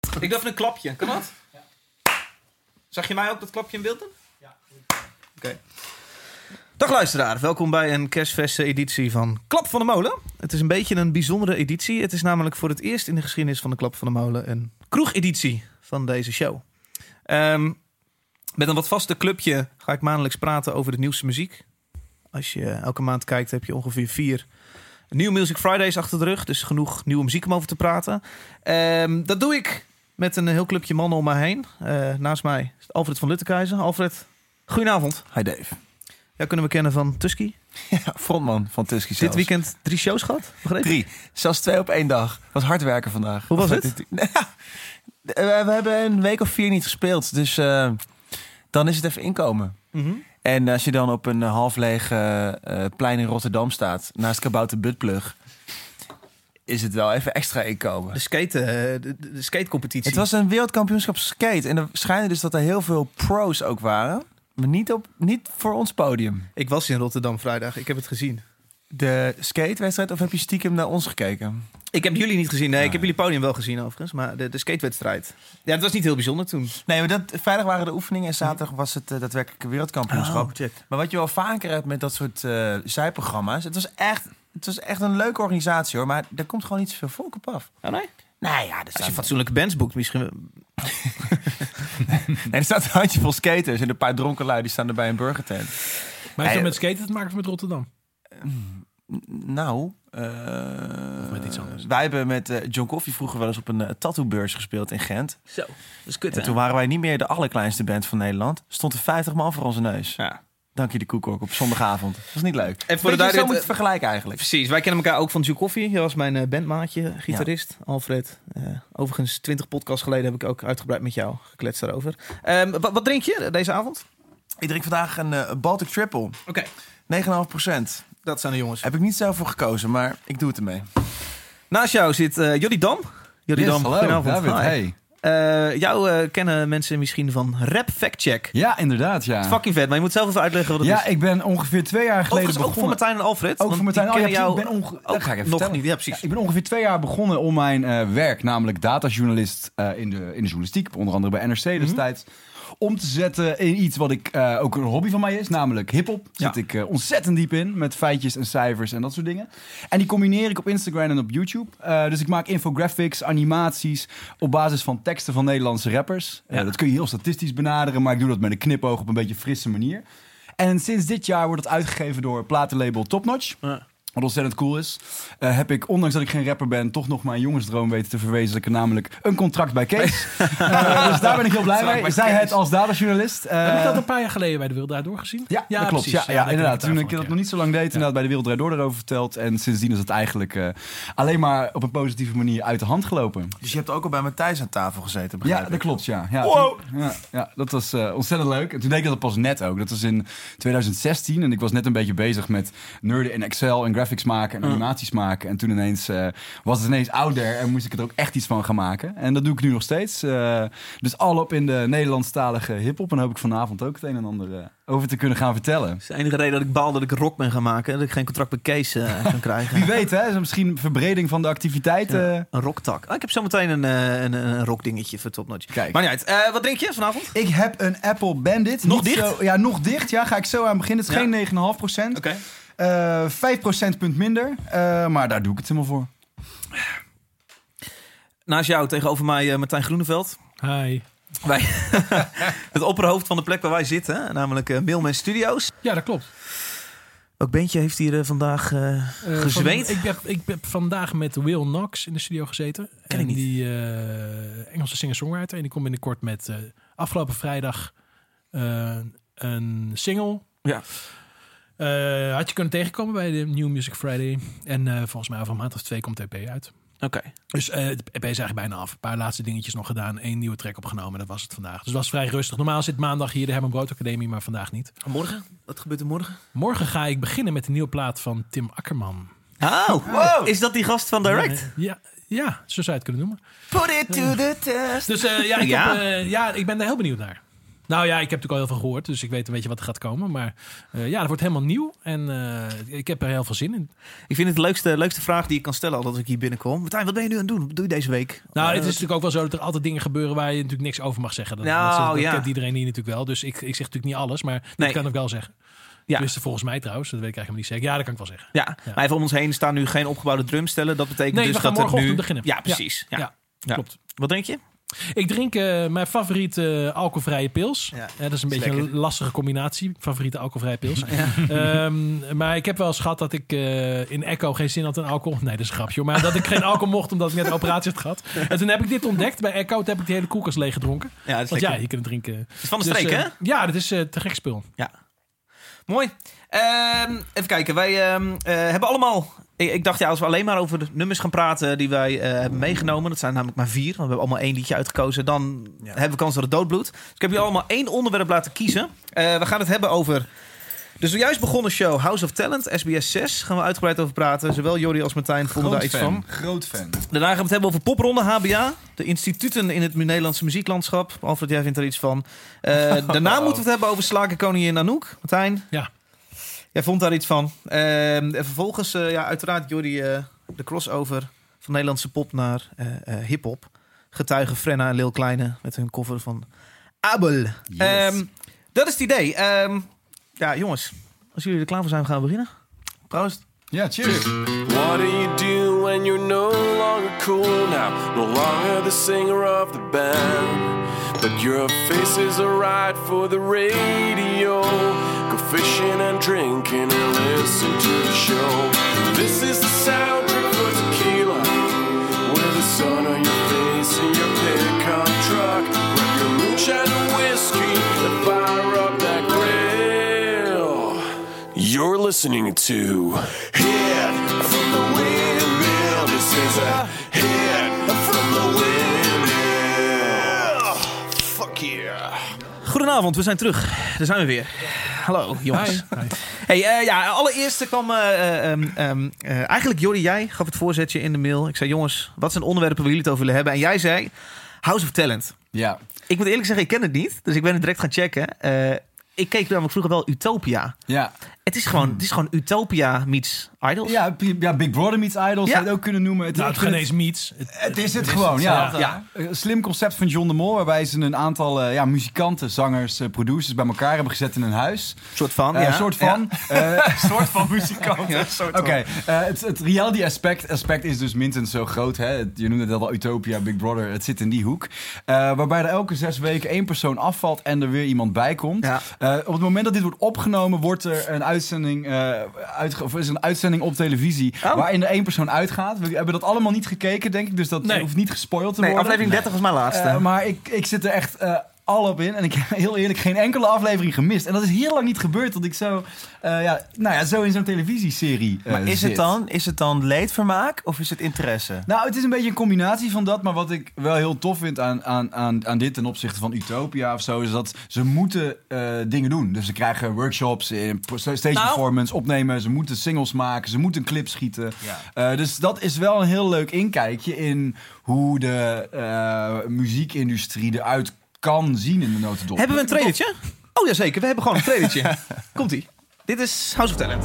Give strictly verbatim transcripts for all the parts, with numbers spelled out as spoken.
Ik doe even een klapje. Kan dat? Ja. Zag je mij ook dat klapje in beeld doen? Ja. Oké. Okay. Dag luisteraar, welkom bij een kerstverse editie van Klap van de Molen. Het is een beetje een bijzondere editie. Het is namelijk voor het eerst in de geschiedenis van de Klap van de Molen een kroegeditie van deze show. Um, met een wat vaste clubje ga ik maandelijks praten over de nieuwste muziek. Als je elke maand kijkt heb je ongeveer vier New Music Fridays achter de rug. Dus genoeg nieuwe muziek om over te praten. Um, dat doe ik met een heel clubje mannen om mij heen. Uh, naast mij is Alfred van Luttekhuizen. Alfred, goedenavond. Hi Dave. Ja, kunnen we kennen van Tusky? Ja, frontman van Tusky zelfs. Dit weekend drie shows gehad? Begrepen? Drie. Zelfs twee op één dag. Was hard werken vandaag. Hoe was of het? het? We hebben een week of vier niet gespeeld. Dus uh, dan is het even inkomen. Mm-hmm. En als je dan op een half leeg uh, uh, plein in Rotterdam staat, naast Kabouter Buttplug, is het wel even extra inkomen. De skate, uh, de, de skatecompetitie. Het was een wereldkampioenschap skate. En er schijnen dus dat er heel veel pro's ook waren. Maar niet, op, niet voor ons podium. Ik was in Rotterdam vrijdag. Ik heb het gezien. De skatewedstrijd of heb je stiekem naar ons gekeken? Ik heb jullie niet gezien. Nee, ah, ik heb jullie podium wel gezien overigens. Maar de, de skatewedstrijd. Ja, het was niet heel bijzonder toen. Nee, maar dat, vrijdag waren de oefeningen en zaterdag was het uh, daadwerkelijk wereldkampioenschap. Oh, check. Maar wat je wel vaker hebt met dat soort uh, zijprogramma's. Het was, echt, het was echt een leuke organisatie hoor. Maar er komt gewoon niet zoveel volk op af. Oh nee? Nou ja, als je fatsoenlijke bands boekt misschien. Nee, er staat een handje vol skaters en een paar dronken lui die staan er bij een burgertent. Maar heeft dat met skaten te maken of met Rotterdam? Uh, nou, uh, met iets anders. Wij hebben met uh, John Coffee vroeger wel eens op een uh, tattoo-beurs gespeeld in Gent. Zo, dat is kut. En hè? toen waren wij niet meer de allerkleinste band van Nederland. Stond er vijftig man voor onze neus. Ja. Dank je de Koekork op zondagavond. Dat was niet leuk. En voor de duidelijkheid, zo moet je het vergelijken eigenlijk. Precies, wij kennen elkaar ook van John Coffee. Hij was mijn uh, bandmaatje, gitarist, ja. Alfred. Uh, overigens, twintig podcasts geleden heb ik ook uitgebreid met jou gekletst daarover. Um, wat, wat drink je deze avond? Ik drink vandaag een uh, Baltic Triple. Oké. Okay. negen komma vijf procent. Dat zijn de jongens. Heb ik niet zelf voor gekozen, maar ik doe het ermee. Naast jou zit uh, Jody Dam. Jody yes, Dam, hallo, goedenavond. David, hey. Uh, jou uh, kennen mensen misschien van Rap Fact Check. Ja, inderdaad, ja. Het is fucking vet, maar je moet zelf even uitleggen wat het ja, is. Ja, ik ben ongeveer twee jaar geleden Overigens begonnen. ook voor Martijn en Alfred. Ook voor Martijn en Alfred. jou Ik ben onge- ook ga ik even nog vertellen. niet. Ja, precies. Ja, ik ben ongeveer twee jaar begonnen om mijn uh, werk, namelijk datajournalist uh, in, de, in de journalistiek, onder andere bij N R C destijds, mm-hmm. om te zetten in iets wat ik uh, ook een hobby van mij is, namelijk hiphop. Daar ja. zit ik uh, ontzettend diep in, met feitjes en cijfers en dat soort dingen. En die combineer ik op Instagram en op YouTube. Uh, dus ik maak infographics, animaties op basis van teksten van Nederlandse rappers. Ja. Uh, dat kun je heel statistisch benaderen, maar ik doe dat met een knipoog op een beetje frisse manier. En sinds dit jaar wordt het uitgegeven door platenlabel Top Notch. Ja. Wat ontzettend cool is. Uh, heb ik, ondanks dat ik geen rapper ben, toch nog mijn jongensdroom weten te verwezenlijken. Namelijk een contract bij Kees. uh, dus daar ben ik heel blij mee. Zij het als datajournalist. Uh, heb ik dat een paar jaar geleden bij De Wereld Draait Door gezien? Ja, ja dat klopt. Ja, ja, ja, inderdaad. Toen ik dat nog niet zo lang deed, ja. inderdaad bij De Wereld Draait Door erover verteld. En sindsdien is het eigenlijk uh, alleen maar op een positieve manier uit de hand gelopen. Dus je hebt ook al bij Matthijs aan tafel gezeten, begrijp Ja, ik. dat klopt, ja. Ja, wow. toen, ja, ja, dat was uh, ontzettend leuk. En toen deed ik dat pas net ook. Dat was in twintig zestien en ik was net een beetje bezig met nerden in Excel en graphics maken en uh. animaties maken. En toen ineens uh, was het ineens out there en moest ik er ook echt iets van gaan maken. En dat doe ik nu nog steeds. Uh, dus al op in de Nederlandstalige hiphop. En daar hoop ik vanavond ook het een en ander uh, over te kunnen gaan vertellen. Dat is de enige reden dat ik baal dat ik rock ben gaan maken. Dat ik geen contract bij Kees uh, kan krijgen. Wie weet, hè? Is er misschien een verbreding van de activiteiten. Ja, een rocktak. Oh, ik heb zo meteen een, een, een rockdingetje voor Top Notch. Kijk. Maar niet uit. Uh, wat drink je vanavond? Ik heb een Apple Bandit. Nog Niet dicht? Zo, ja, nog dicht. Ja, ga ik zo aan beginnen. Het is ja. geen negen komma vijf procent. Oké. Okay. Uh, vijf procentpunt minder. Uh, maar daar doe ik het helemaal voor. Naast jou tegenover mij uh, Martijn Groeneveld. Hi. Wij, het opperhoofd van de plek waar wij zitten, namelijk uh, Mailman Studios. Ja, dat klopt. Welk bandje heeft hier uh, vandaag uh, uh, gezweet? Van, ik, heb, ik heb vandaag met Will Knox in de studio gezeten. Ken en ik niet. Die uh, Engelse singer-songwriter. En die komt binnenkort met uh, afgelopen vrijdag uh, een single. Ja. Uh, had je kunnen tegenkomen bij de New Music Friday. En uh, volgens mij over een maand of twee komt de E P uit. Oké. Okay. Dus uh, de E P is eigenlijk bijna af. Een paar laatste dingetjes nog gedaan. Eén nieuwe track opgenomen. Dat was het vandaag. Dus het was vrij rustig. Normaal zit maandag hier de Herman Brood Academie, maar vandaag niet. Morgen? Wat gebeurt er morgen? Morgen ga ik beginnen met de nieuwe plaat van Tim Akkerman. Oh, wow. Is dat die gast van Direct? Ja, ja, zo zou je het kunnen noemen. Put it to the test. Dus uh, ja, ik ja. Heb, uh, ja, ik ben daar heel benieuwd naar. Nou ja, ik heb natuurlijk al heel veel gehoord. Dus ik weet een beetje wat er gaat komen. Maar uh, ja, het wordt helemaal nieuw. En uh, ik heb er heel veel zin in. Ik vind het de leukste, leukste vraag die ik kan stellen als ik hier binnenkom. Martijn, wat ben je nu aan het doen? Wat doe je deze week? Nou, uh, het is natuurlijk ook wel zo dat er altijd dingen gebeuren waar je natuurlijk niks over mag zeggen. Dat, nou, dat, dat ja. kent iedereen hier natuurlijk wel. Dus ik, ik zeg natuurlijk niet alles. Maar dat nee. kan ik wel zeggen. Ja. Dus volgens mij trouwens, dat weet ik eigenlijk niet zeker. Ja, dat kan ik wel zeggen. Ja, ja. Maar even om ons heen staan nu geen opgebouwde drumstellen. Dat betekent nee, dus we gaan dat morgenochtend nu... beginnen. Ja, precies. Ja. Ja. Ja, klopt. Wat drink je? Ik drink uh, mijn favoriete uh, alcoholvrije pils. Ja. Uh, dat is een is beetje lekker. een lastige combinatie. Favoriete alcoholvrije pils. Ja. Um, maar ik heb wel eens gehad dat ik uh, in Echo geen zin had in alcohol. Nee, dat is een grapje. Maar dat ik geen alcohol mocht omdat ik net een operatie had gehad. En toen heb ik dit ontdekt bij Echo. Toen heb ik de hele koelkast leeg gedronken. Ja, dat is Want lekker. ja, je kunt het drinken. Het is van de dus, streek, uh, hè? Ja, dat is uh, te gek spul. Ja. Mooi. Um, even kijken. Wij um, uh, hebben allemaal... Ik, ik dacht, ja, als we alleen maar over de nummers gaan praten die wij uh, hebben meegenomen. Dat zijn namelijk maar vier. Want we hebben allemaal één liedje uitgekozen. Dan ja. hebben we kans dat het doodbloedt. Dus ik heb jullie allemaal één onderwerp laten kiezen. Uh, we gaan het hebben over de zojuist begonnen show House of Talent, S B S zes. Gaan we uitgebreid over praten. Zowel Jordi als Martijn vonden daar iets fan. van. Groot fan. Daarna gaan we het hebben over popronde H B A. De instituten in het Nederlandse muzieklandschap. Alfred, jij vindt er iets van. Uh, daarna oh. moeten we het hebben over slagerkoningin Anouk. Martijn? Ja. Jij vond daar iets van. Uh, en vervolgens, uh, ja, uiteraard, Jordi, uh, de crossover van Nederlandse pop naar uh, uh, hip-hop. Getuigen Frenna en Lil Kleine met hun cover van Abel. Yes. Um, dat is het idee. Um, ja, jongens, als jullie er klaar voor zijn, gaan we beginnen. Proost. Ja, cheers. What do you do when you're no longer cool now? No longer the singer of the band. But your face is alright for the radio. Go fishing and drinking and listen to the show. This is the soundtrack for tequila. With the sun on your face in your pickup truck. Grab your moonshine and whiskey and fire up that grill. You're listening to Hit from the Windmill. This is a hit from the Windmill. Fuck yeah. Goedenavond, we zijn terug. Daar zijn we weer. Hallo, jongens. Hi. Hi. Hey, uh, ja, allereerst kwam... Uh, um, um, uh, eigenlijk, Jordi, jij gaf het voorzetje in de mail. Ik zei, jongens, wat zijn onderwerpen waar jullie het over willen hebben? En jij zei, House of Talent. Ja. Ik moet eerlijk zeggen, ik ken het niet. Dus ik ben het direct gaan checken. Uh, ik keek namelijk vroeger wel Utopia. Ja. Het is gewoon, het is gewoon Utopia meets Idols. Ja, ja, Big Brother meets Idols, Ja. zou je het ook kunnen noemen. Het, Nou, ik het vind geen eens meets. Het, Het is het is gewoon, het, ja. ja. Ja. Een slim concept van John de Mol, waarbij ze een aantal uh, ja, muzikanten, zangers, uh, producers bij elkaar hebben gezet in een huis. Soort van, Een ja. soort van. Een uh, soort van muzikanten. Ja, soort Oké, van. uh, het, het reality aspect, aspect is dus minstens zo groot. Hè? Het- Je noemde het al Utopia, Big Brother, het zit in die hoek. Uh, waarbij er elke zes weken één persoon afvalt en er weer iemand bij komt. Ja. Uh, op het moment dat dit wordt opgenomen, wordt er een uitzending, uh, uitge- of is er een uitzending op televisie Oh. waarin er één persoon uitgaat. We hebben dat allemaal niet gekeken, denk ik, dus dat Nee. hoeft niet gespoild te Nee, worden. aflevering dertig was mijn laatste. Uh, maar ik, ik zit er echt uh, al op in. En ik heb heel eerlijk geen enkele aflevering gemist. En dat is heel lang niet gebeurd dat ik zo, uh, ja, nou ja, zo in zo'n televisieserie uh, Maar is zit. het, dan, is het dan leedvermaak of is het interesse? Nou, het is een beetje een combinatie van dat. Maar wat ik wel heel tof vind aan, aan, aan, aan dit ten opzichte van Utopia of zo... is dat ze moeten uh, dingen doen. Dus ze krijgen workshops, in stage Nou. performance opnemen. Ze moeten singles maken, ze moeten een clip schieten. Ja. Uh, dus dat is wel een heel leuk inkijkje in hoe de uh, muziekindustrie eruit kan zien in de notendop. Hebben we een trailertje? Oh, jazeker. We hebben gewoon een trailertje. Komt-ie. Dit is House of Talent.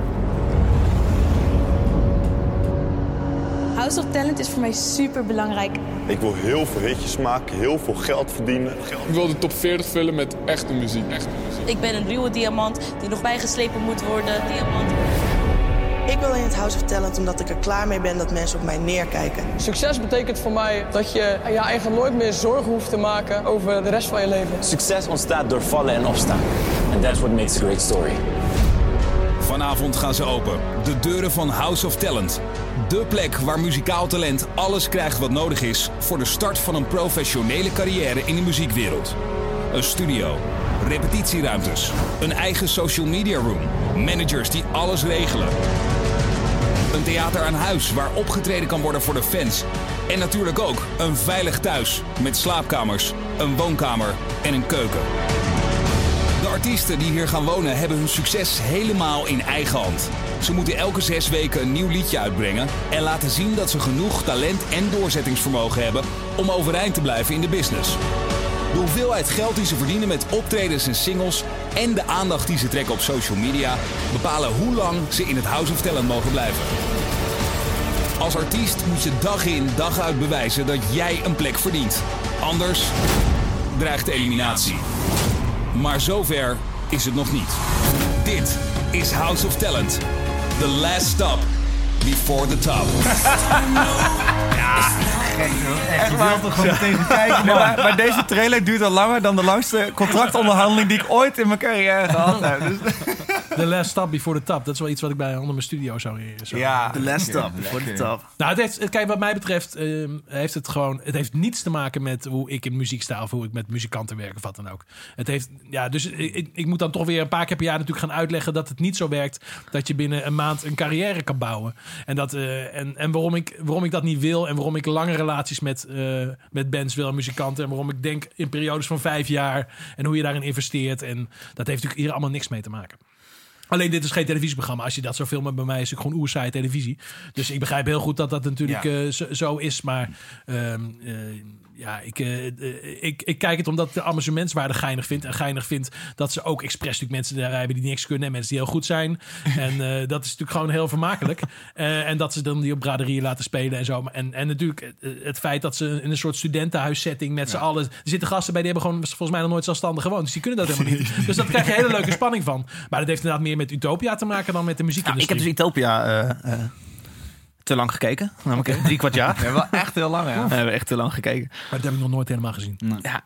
House of Talent is voor mij super belangrijk. Ik wil heel veel hitjes maken, heel veel geld verdienen. Ik wil de top veertig vullen met echte muziek. Echte muziek. Ik ben een ruwe diamant die nog bijgeslepen moet worden. Diamant. Ik wil in het House of Talent omdat ik er klaar mee ben dat mensen op mij neerkijken. Succes betekent voor mij dat je ja, eigenlijk nooit meer zorgen hoeft te maken over de rest van je leven. Succes ontstaat door vallen en opstaan. And that's what makes a great story. Vanavond gaan ze open. De deuren van House of Talent. De plek waar muzikaal talent alles krijgt wat nodig is voor de start van een professionele carrière in de muziekwereld. Een studio, repetitieruimtes, een eigen social media room, managers die alles regelen. Een theater aan huis waar opgetreden kan worden voor de fans. En natuurlijk ook een veilig thuis met slaapkamers, een woonkamer en een keuken. De artiesten die hier gaan wonen hebben hun succes helemaal in eigen hand. Ze moeten elke zes weken een nieuw liedje uitbrengen en laten zien dat ze genoeg talent en doorzettingsvermogen hebben om overeind te blijven in de business. De hoeveelheid geld die ze verdienen met optredens en singles en de aandacht die ze trekken op social media bepalen hoe lang ze in het House of Talent mogen blijven. Als artiest moet je dag in dag uit bewijzen dat jij een plek verdient. Anders dreigt de eliminatie. Maar zover is het nog niet. Dit is House of Talent. The last stop before the top. Echt, je wilt er gewoon tegen kijken. Nee, maar, maar deze trailer duurt al langer dan de langste contractonderhandeling die ik ooit in mijn carrière gehad heb. Dus... The last stop before the top. Dat is wel iets wat ik bij onder mijn studio zou... zou ja, the last stop before the top. Nou, het heeft, kijk, wat mij betreft uh, heeft het gewoon... Het heeft niets te maken met hoe ik in muziek sta... of hoe ik met muzikanten werk of wat dan ook. Het heeft... Ja, dus ik, ik moet dan toch weer een paar keer per jaar natuurlijk gaan uitleggen... dat het niet zo werkt dat je binnen een maand een carrière kan bouwen. En, dat, uh, en, en waarom, ik, waarom ik dat niet wil... en waarom ik lange relaties met, uh, met bands wil en muzikanten... en waarom ik denk in periodes van vijf jaar... en hoe je daarin investeert. En dat heeft natuurlijk hier allemaal niks mee te maken. Alleen dit is geen televisieprogramma. Als je dat zou filmen bij mij is het gewoon oerzaaie televisie. Dus ik begrijp heel goed dat dat natuurlijk ja. uh, zo, zo is. Maar um, uh, ja, ik, uh, uh, ik, ik kijk het omdat ik de amusementswaarde geinig vind. En geinig vind dat ze ook expres natuurlijk mensen daar hebben die niks kunnen. En mensen die heel goed zijn. En uh, dat is natuurlijk gewoon heel vermakelijk. Uh, en dat ze dan die op braderieën laten spelen en zo. En, en natuurlijk uh, het feit dat ze in een soort studentenhuissetting met ja. z'n allen... Er zitten gasten bij die hebben gewoon volgens mij nog nooit zelfstandig gewoond. Dus die kunnen dat helemaal niet. Dus daar krijg je hele leuke spanning van. Maar dat heeft inderdaad meer met Utopia te maken dan met de muziekindustrie. Nou, ik heb dus Utopia uh, uh, te lang gekeken. Namelijk okay. drie kwart jaar. We hebben wel echt heel lang, ja. We hebben echt te lang gekeken. Maar dat heb ik nog nooit helemaal gezien. Nee. Ja,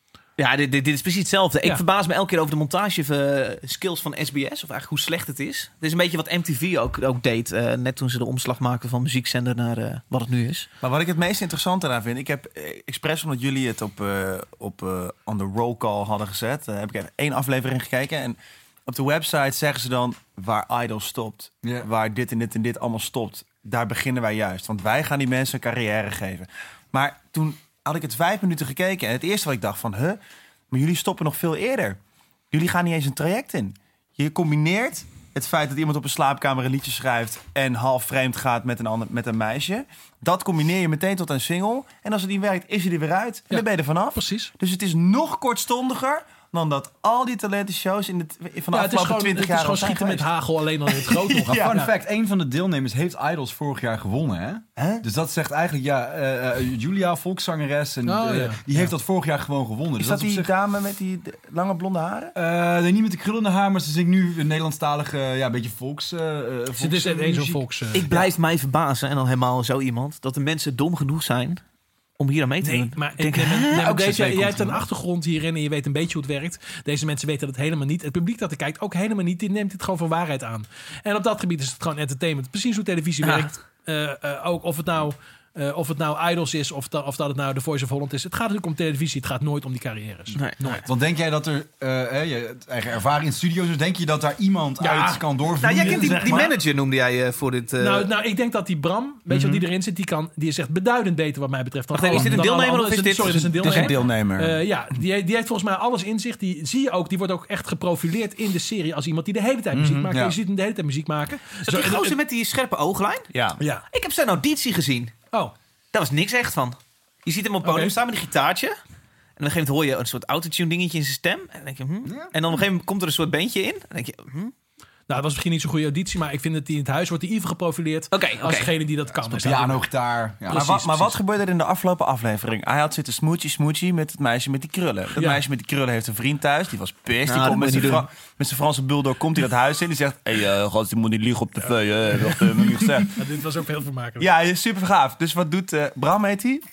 ja dit, dit, dit is precies hetzelfde. Ja. Ik verbaas me elke keer over de montage uh, skills van S B S. Of eigenlijk hoe slecht het is. Het is een beetje wat M T V ook, ook deed. Uh, net toen ze de omslag maakten van muziekzender naar uh, wat het nu is. Maar wat ik het meest interessante daaraan vind... Ik heb uh, expres omdat jullie het op, uh, op uh, on the roll call hadden gezet... Uh, heb ik even één aflevering gekeken... en op de website zeggen ze dan waar Idol stopt. Yeah. Waar dit en dit en dit allemaal stopt. Daar beginnen wij juist. Want wij gaan die mensen een carrière geven. Maar toen had ik het vijf minuten gekeken. En het eerste wat ik dacht van... Huh, maar jullie stoppen nog veel eerder. Jullie gaan niet eens een traject in. Je combineert het feit dat iemand op een slaapkamer een liedje schrijft... en half vreemd gaat met een, ander, met een meisje. Dat combineer je meteen tot een single. En als het niet werkt, is hij er weer uit. En ja, dan ben je er vanaf. Precies. Dus het is nog kortstondiger... dan dat al die talentenshows in de, van de ja, afgelopen twintig jaar... Het is gewoon schieten met hagel, alleen al in het groot nog. ja. Fun fact, een van de deelnemers heeft Idols vorig jaar gewonnen. Hè? Huh? Dus dat zegt eigenlijk, ja, uh, uh, Julia, volkszangeres... En, oh, uh, ja. die heeft ja. dat vorig jaar gewoon gewonnen. Is dus dat, dat die zich... dame met die lange blonde haren? Uh, nee, niet met de krullende haar, maar ze zingt nu een Nederlandstalige, ja, een beetje volks... Uh, volks het is een zo'n volks... Uh, ik blijf ja. mij verbazen, en dan helemaal zo iemand... dat de mensen dom genoeg zijn... om hier aan mee te doen. Nee, maar denk, ik, nee, nee, maar deze, jij hebt een achtergrond hierin en je weet een beetje hoe het werkt. Deze mensen weten het helemaal niet. Het publiek dat er kijkt ook helemaal niet. Die neemt dit gewoon voor waarheid aan. En op dat gebied is het gewoon entertainment. Precies hoe televisie ja. werkt. Uh, uh, ook of het nou... Uh, of het nou Idols is of, da, of dat het nou The Voice of Holland is. Het gaat natuurlijk om televisie. Het gaat nooit om die carrières. Nee, nooit. Want denk jij dat er... Uh, je eigen ervaring in het studio is. Denk je dat daar iemand ja. uit kan doorvloeien? Nou, jij kent die, zeg die manager, noemde jij uh, voor dit... Uh... Nou, nou, ik denk dat die Bram, weet je mm-hmm. wat die erin zit, die, kan, die is echt beduidend beter wat mij betreft. Dan Wacht, is dit een deelnemer of is dit... Sorry, dit is een deelnemer. Dit is een deelnemer. Uh, ja, die, die heeft volgens mij alles in zich. Die zie je ook. Die wordt ook echt geprofileerd in de serie als iemand die de hele tijd muziek mm-hmm. maakt. Ja. Je ziet hem de hele tijd muziek maken. Is dat die gozer met die scherpe ooglijn? Ja. ja. Ik heb zijn auditie gezien. Oh. Daar was niks echt van. Je ziet hem op het podium okay. staan met een gitaartje. En op een gegeven moment hoor je een soort autotune dingetje in zijn stem. En dan denk je, hm. Ja. En dan op een gegeven moment komt er een soort bandje in. En dan denk je, hm. Nou, dat was misschien niet zo'n goede auditie, maar ik vind dat die in het huis wordt die even geprofileerd okay, okay. als degene die dat kan. Ja, piano, gitaar. Ja. Maar, wat, maar wat gebeurde er in de afgelopen aflevering? Hij had zitten smootje smootje met het meisje met die krullen. Dat ja. meisje met die krullen heeft een vriend thuis. Die was pissed. Nou, die komt met zijn Fra- Franse bulldog komt hij dat huis in. Die zegt, hé, hey, uh, gast, je moet niet liegen op tv. Ja. Hè? Dat heb ik niet gezegd. Ja, dit was ook heel vermakelijk. Ja, super gaaf. Dus wat doet uh, Bram, heet hij?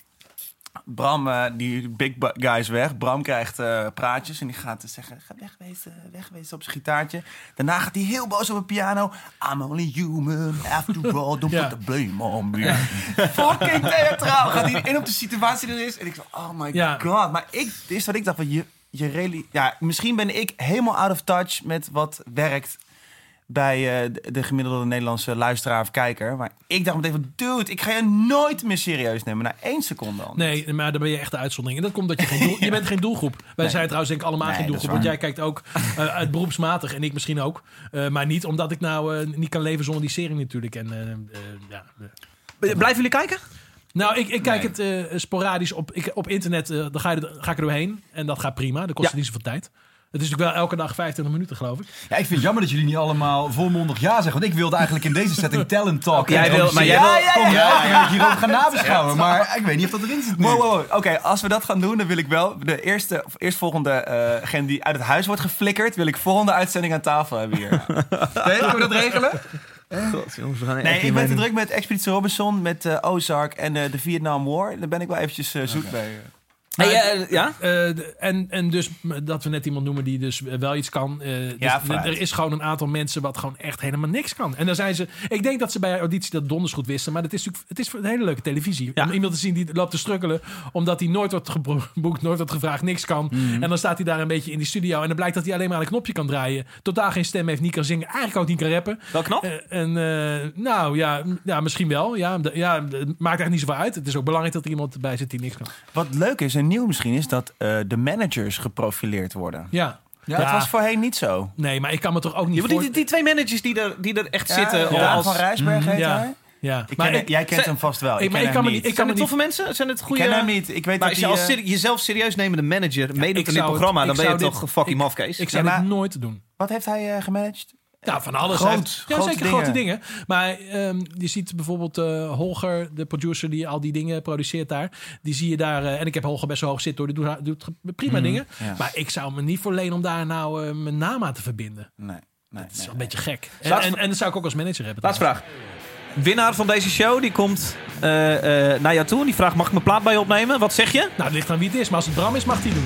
Bram, uh, die big guy is weg. Bram krijgt uh, praatjes en die gaat uh, zeggen... Ga wegwezen, wegwezen op zijn gitaartje. Daarna gaat hij heel boos op een piano. I'm only human, after all, don't ja. put the blame on me. Ja. Fucking theatraal. Gaat hij in op de situatie er is. En ik zo, oh my ja. god. Maar ik, dit is wat ik dacht, van je, je really, ja, misschien ben ik helemaal out of touch met wat werkt... bij uh, de, de gemiddelde Nederlandse luisteraar of kijker. Maar ik dacht meteen van, dude, ik ga je nooit meer serieus nemen. Na één seconde al. Nee, maar dan ben je echt de uitzondering. En dat komt dat je geen doel, je bent geen doelgroep. Wij nee. zijn trouwens denk ik allemaal nee, geen doelgroep. Want jij kijkt ook uh, uit beroepsmatig. En ik misschien ook. Uh, maar niet omdat ik nou uh, niet kan leven zonder die serie natuurlijk. En, uh, uh, ja, uh. Blijven jullie kijken? Nou, ik, ik kijk Nee. het uh, sporadisch op, ik, op internet. Uh, dan ga, je, ga ik er doorheen. En dat gaat prima. Dat kost Ja. niet zoveel tijd. Het is natuurlijk wel elke dag vijfentwintig minuten, geloof ik. Ja, ik vind het jammer dat jullie niet allemaal volmondig ja zeggen. Want ik wilde eigenlijk in deze setting talent talk. Jij en wil- maar jij ja, wil- ja, ja, ja, ja, ja. hierover gaan nabeschouwen. Maar ik weet niet of dat erin zit nu. Wow, wow, wow. Oké, als we dat gaan doen, dan wil ik wel de eerste, of eerstvolgende uh, gen die uit het huis wordt geflikkerd, wil ik volgende uitzending aan tafel hebben hier. Oké, kunnen we dat regelen? God, jongens, we gaan echt Nee, ik ben hiermee te doen. druk met Expeditie Robinson, met uh, Ozark en uh, de Vietnam War. Daar ben ik wel eventjes uh, zoet Okay. bij. Hey, uh, ja? Uh, de, en, en dus dat we net iemand noemen die dus wel iets kan. Uh, dus Ja, d- vooruit. er is gewoon een aantal mensen wat gewoon echt helemaal niks kan. En dan zijn ze. Ik denk dat ze bij auditie dat donders goed wisten. Maar het is natuurlijk, het is een hele leuke televisie. Ja. Om iemand te zien die loopt te struggelen. Omdat hij nooit wordt geboekt, nooit wordt gevraagd, niks kan. Mhm. En dan staat hij daar een beetje in die studio. En dan blijkt dat hij alleen maar aan een knopje kan draaien. Totaal geen stem heeft, niet kan zingen. Eigenlijk ook niet kan rappen. Wel knap? Uh, en uh, nou ja, m- ja, misschien wel. Ja, de, ja, het maakt eigenlijk niet zoveel uit. Het is ook belangrijk dat er iemand bij zit die niks kan. Wat leuk is en nieuw misschien is dat uh, de managers geprofileerd worden. Ja. Ja, dat was voorheen niet zo. Nee, maar ik kan me toch ook niet Ja, maar voor... die, die twee managers die er, die er echt Ja, zitten. ja, al Daan als, van Rijsberg heet Ja. hij. Ja, Ik maar ken, ik- jij kent Ze- hem vast wel. ik- Ik, maar ken ik hem kan me niet. niet- ik zijn kan het me toffe mensen? Zijn het Ik goede... ken hem niet. Ik weet Maar dat als je hij, als uh, seri- jezelf serieus nemende manager meedoet ik in dit zou het- programma, dan ik ben je zou toch dit- fucking ik- mafkees. Ik zou Ja, maar- dit nooit doen. Wat heeft hij uh, gemanaged? Ja, van alles. Groot, Hij heeft- ja, grote zeker dingen. grote dingen. Maar um, je ziet bijvoorbeeld uh, Holger, de producer die al die dingen produceert daar. Die zie je daar. Uh, en ik heb Holger best wel hoog zitten hoor. Die doet, doet prima Mhm, dingen. ja. Maar ik zou me niet voor lenen om daar nou uh, mijn naam aan te verbinden. Nee. nee Dat is nee, wel een beetje gek. En, Laatste- en, en dat zou ik ook als manager hebben. Laatste vraag. Winnaar van deze show, die komt uh, uh, naar jou toe. En die vraagt, mag ik mijn plaat bij je opnemen? Wat zeg je? Nou, het ligt aan wie het is. Maar als het Bram is, mag hij doen.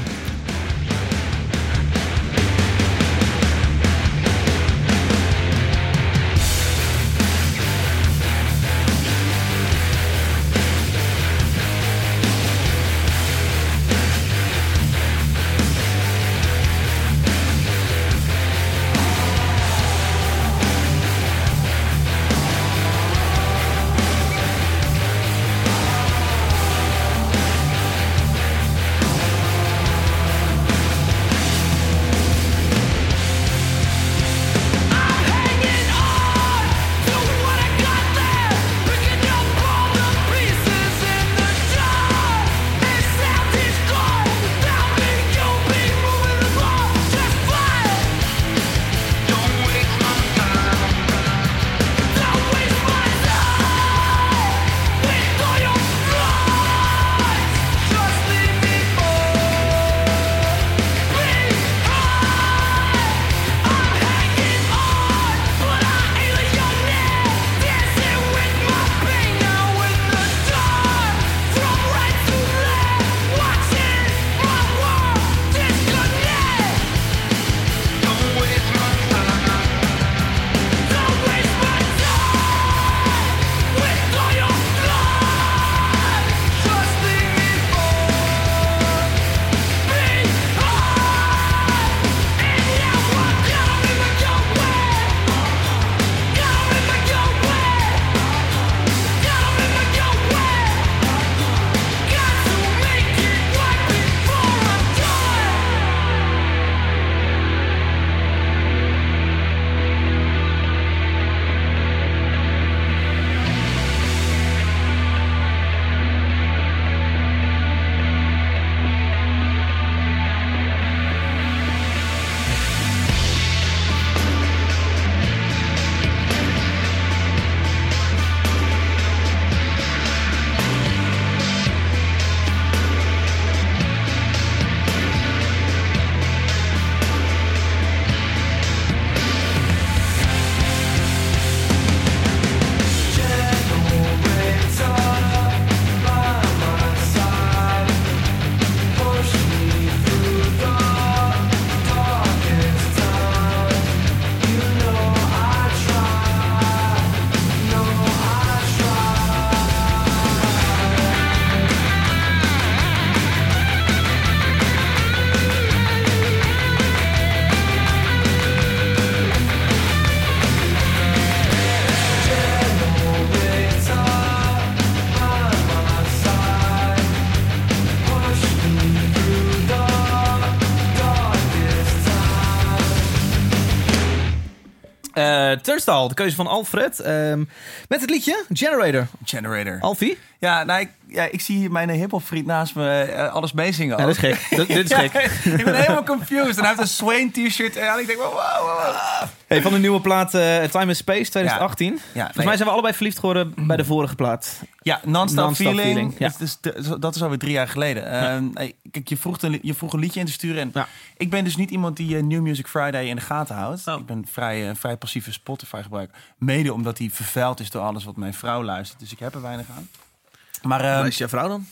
Turnstile, de keuze van Alfred. Um, met het liedje Generator. Generator. Alfie? Ja, nou, ik, ja, ik zie mijn hiphop vriend naast me uh, alles meezingen. Ja, dat is gek. dat, dit is gek. Ja, ik ben helemaal confused. En hij heeft een Swain t-shirt en ik denk, wow, wow, wow. Hey, van de nieuwe plaat uh, Time and Space twintig achttien. Ja. Ja, Volgens nee. mij zijn we allebei verliefd geworden bij de vorige plaat. Ja, Non-Stop, Non-Stop Feeling. feeling. Ja. Dus, dus, dat is alweer drie jaar geleden. Ja. Uh, kijk, je vroeg, een, je vroeg een liedje in te sturen. En ja. Ik ben dus niet iemand die uh, New Music Friday in de gaten houdt. Oh. Ik ben vrij, uh, vrij passieve Spotify gebruiker. Mede omdat hij vervuild is door alles wat mijn vrouw luistert. Dus ik heb er weinig aan. Maar, uh, Wat is jouw vrouw dan?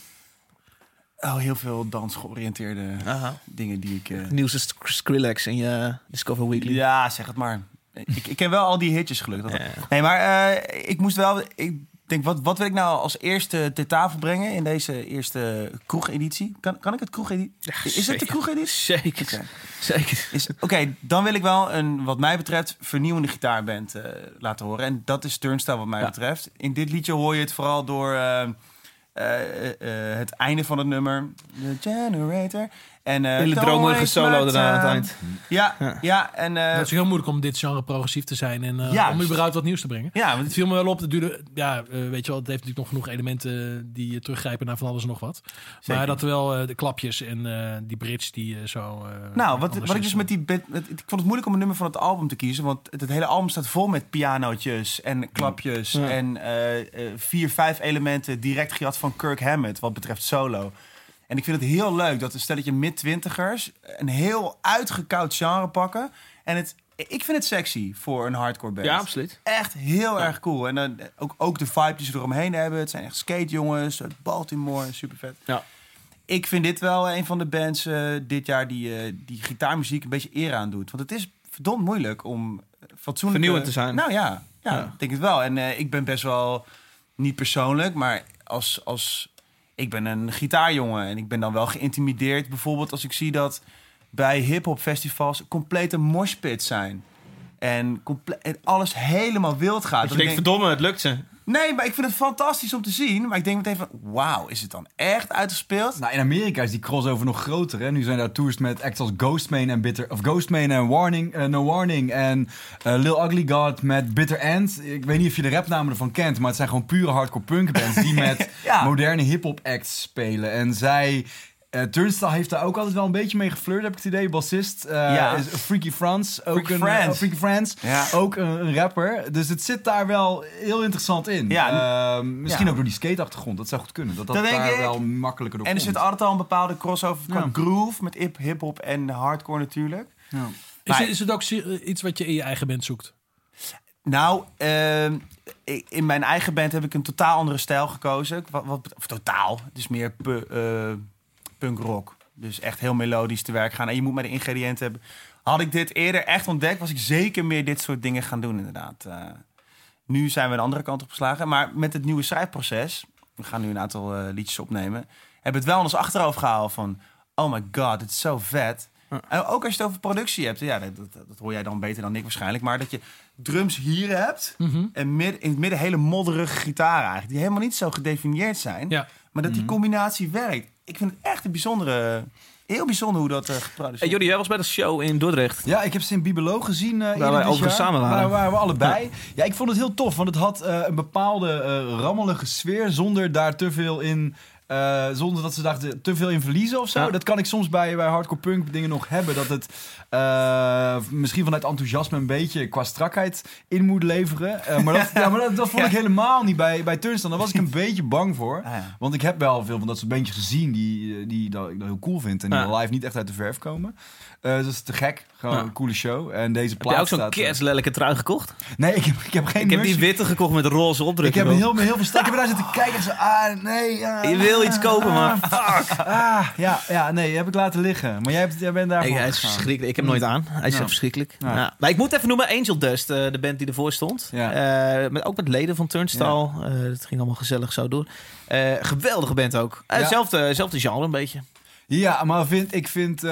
Oh, heel veel dansgeoriënteerde Aha. dingen die ik... Uh... Nieuwste Skrillex in je Discover Weekly. Ja, zeg het maar. ik, ik ken wel al die hitjes gelukkig. Ja. Nee, maar uh, ik moest wel... Ik denk, wat, wat wil ik nou als eerste ter tafel brengen in deze eerste kroegeditie? Kan, kan ik het kroegeditie? Ja, is zeker. Het de kroegeditie? Zeker. Okay. Zeker. Oké, okay, dan wil ik wel een, wat mij betreft, vernieuwende gitaarband uh, laten horen. En dat is Turnstile wat mij ja. betreft. In dit liedje hoor je het vooral door... Uh, Uh, uh, uh, het einde van het nummer. The Generator. En uh, hele dromerige solo daarna aan het eind. Ja, ja. ja en, uh, het is heel moeilijk om dit genre progressief te zijn en uh, ja, om überhaupt wat nieuws te brengen. Ja, want het viel me wel op. Het duurde, ja, uh, weet je wel, het heeft natuurlijk nog genoeg elementen die uh, teruggrijpen naar van alles en nog wat. Zeker. Maar dat er wel uh, de klapjes en uh, die bridge die uh, zo. Uh, nou, wat, wat ik dus met die. Bit, het, ik vond het moeilijk om een nummer van het album te kiezen, want het, het hele album staat vol met pianootjes en klapjes ja. en uh, uh, vier, vijf elementen direct gejat van Kirk Hammett wat betreft solo. En ik vind het heel leuk dat een stelletje mid-twintigers een heel uitgekoud genre pakken. En het, ik vind het sexy voor een hardcore band. Ja, absoluut. Echt heel ja. erg cool. En dan ook, ook de vibe die ze eromheen hebben. Het zijn echt skatejongens uit Baltimore. Super vet. Ja. Ik vind dit wel een van de bands uh, dit jaar die, uh, die gitaarmuziek een beetje eer aan doet. Want het is verdomd moeilijk om fatsoenlijk... vernieuwend te zijn. Nou ja, ja, ja. denk het wel. En uh, ik ben best wel, niet persoonlijk, maar als... als ik ben een gitaarjongen en ik ben dan wel geïntimideerd. Bijvoorbeeld als ik zie dat bij hip-hop festivals complete moshpits zijn. En, comple- en alles helemaal wild gaat. Dat je denkt, denk, verdomme, het lukt ze. Nee, maar ik vind het fantastisch om te zien. Maar ik denk meteen van, wauw, is het dan echt uitgespeeld? Nou, in Amerika is die crossover nog groter. Hè? Nu zijn daar tours met acts als Ghostman en Bitter... Of Ghostman en Warning, uh, No Warning en uh, Lil Ugly God met Bitter End. Ik weet niet of je de rapnamen ervan kent, maar het zijn gewoon pure hardcore punk bands die met ja. moderne hip-hop acts spelen. En zij... Uh, Turnstile heeft daar ook altijd wel een beetje mee geflirt, heb ik het idee. Bassist, uh, ja. is Freaky Frans, ook Freaky een Friends. Uh, Freaky Friends, ja. ook een, een rapper. Dus het zit daar wel heel interessant in. Ja. Uh, misschien ja. ook door die skate-achtergrond, dat zou goed kunnen. Dat dat, dat daar wel makkelijker door En er komt. zit altijd al een bepaalde crossover qua ja. groove met hip-hop en hardcore natuurlijk. Ja. Is, het, is het ook iets wat je in je eigen band zoekt? Nou, uh, in mijn eigen band heb ik een totaal andere stijl gekozen. Wat, wat, of totaal, het is meer... Pu, uh, punk rock. Dus echt heel melodisch te werk gaan. En je moet maar de ingrediënten hebben. Had ik dit eerder echt ontdekt, was ik zeker meer dit soort dingen gaan doen, inderdaad. Uh, nu zijn we de andere kant op geslagen. Maar met het nieuwe schrijfproces, we gaan nu een aantal uh, liedjes opnemen, hebben het wel in ons achterhoofd gehaald van, oh my god, het is zo vet. Uh. En ook als je het over productie hebt, ja, dat, dat, dat hoor jij dan beter dan ik waarschijnlijk, maar dat je drums hier hebt mm-hmm. en mid, in het midden hele modderige gitaren eigenlijk, die helemaal niet zo gedefinieerd zijn, ja. maar dat die combinatie werkt. Ik vind het echt een bijzondere... Heel bijzonder hoe dat uh, geproduceerd is. Hey, Jordi, jij was bij de show in Dordrecht. Ja, ik heb ze in Bibelo gezien. Uh, waar wij overigens samen waren. Waar waren we allebei. Ja. ja, ik vond het heel tof. Want het had uh, een bepaalde uh, rammelige sfeer... zonder daar te veel in... Uh, zonder dat ze dachten te veel in verliezen of zo. Ja. Dat kan ik soms bij, bij hardcore punk dingen nog hebben. Dat het uh, misschien vanuit enthousiasme een beetje qua strakheid in moet leveren. Uh, maar dat, ja, maar dat, dat vond ja. ik helemaal niet bij, bij Turnstile. Daar was ik een beetje bang voor. Ah, ja. Want ik heb wel veel van dat soort bandjes gezien die, die dat ik dat heel cool vind. En die ja. live niet echt uit de verf komen. Uh, dat is te gek. Gewoon ja. een coole show. En deze plaat heb je ook zo'n kerstlelijke trui gekocht? Nee, ik heb, ik heb geen Ik merch. heb die witte gekocht met roze opdrukken. Ik heb heel, heel veel st- Ik heb daar zitten kijken en zo, ah, nee. Uh, je wil iets kopen, maar fuck. Ah, ja, ja, nee, heb ik laten liggen. Maar jij, hebt, jij bent daarvoor hey, Hij is gegaan. verschrikkelijk. Ik heb hem nooit aan. Hij is ja. verschrikkelijk. Ja. Ja. Maar ik moet even noemen Angel Dust, uh, de band die ervoor stond. Ja. Uh, met, ook met leden van Turnstile. Ja. Uh, dat ging allemaal gezellig zo door. Uh, geweldige band ook. Uh, ja. Zelfde, zelfde genre een beetje. Ja, maar vind, ik vind uh,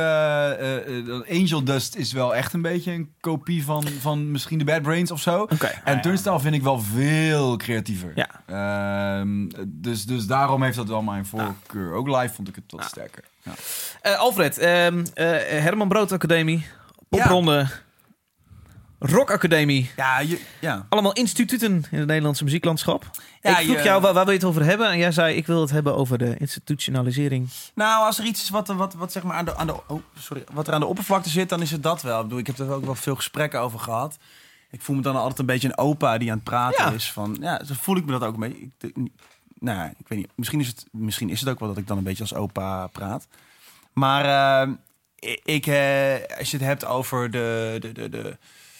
uh, Angel Dust is wel echt een beetje een kopie van, van misschien de Bad Brains of zo. Okay. En ah, Turnstile ja. vind ik wel veel creatiever. Ja. Uh, dus, dus daarom heeft dat wel mijn voorkeur. Ah. Ook live vond ik het wat ah. sterker. Ja. Uh, Alfred, uh, uh, Herman Brood Academie, popronde. Ja. Rock Academie. Ja, je, ja. Allemaal instituten in het Nederlandse muzieklandschap. Ja, ik vroeg je, jou, waar, waar wil je het over hebben? En jij zei, ik wil het hebben over de institutionalisering. Nou, als er iets is wat, wat, wat, zeg maar aan de, aan de, oh, sorry, wat er aan de oppervlakte zit, dan is het dat wel. Ik bedoel, ik heb er ook wel veel gesprekken over gehad. Ik voel me dan altijd een beetje een opa die aan het praten ja. is. Van, ja, zo voel ik me dat ook een beetje. Ik, de, nou, ik weet niet. Misschien is, het, misschien is het ook wel dat ik dan een beetje als opa praat. Maar uh, ik, uh, als je het hebt over de... de, de, de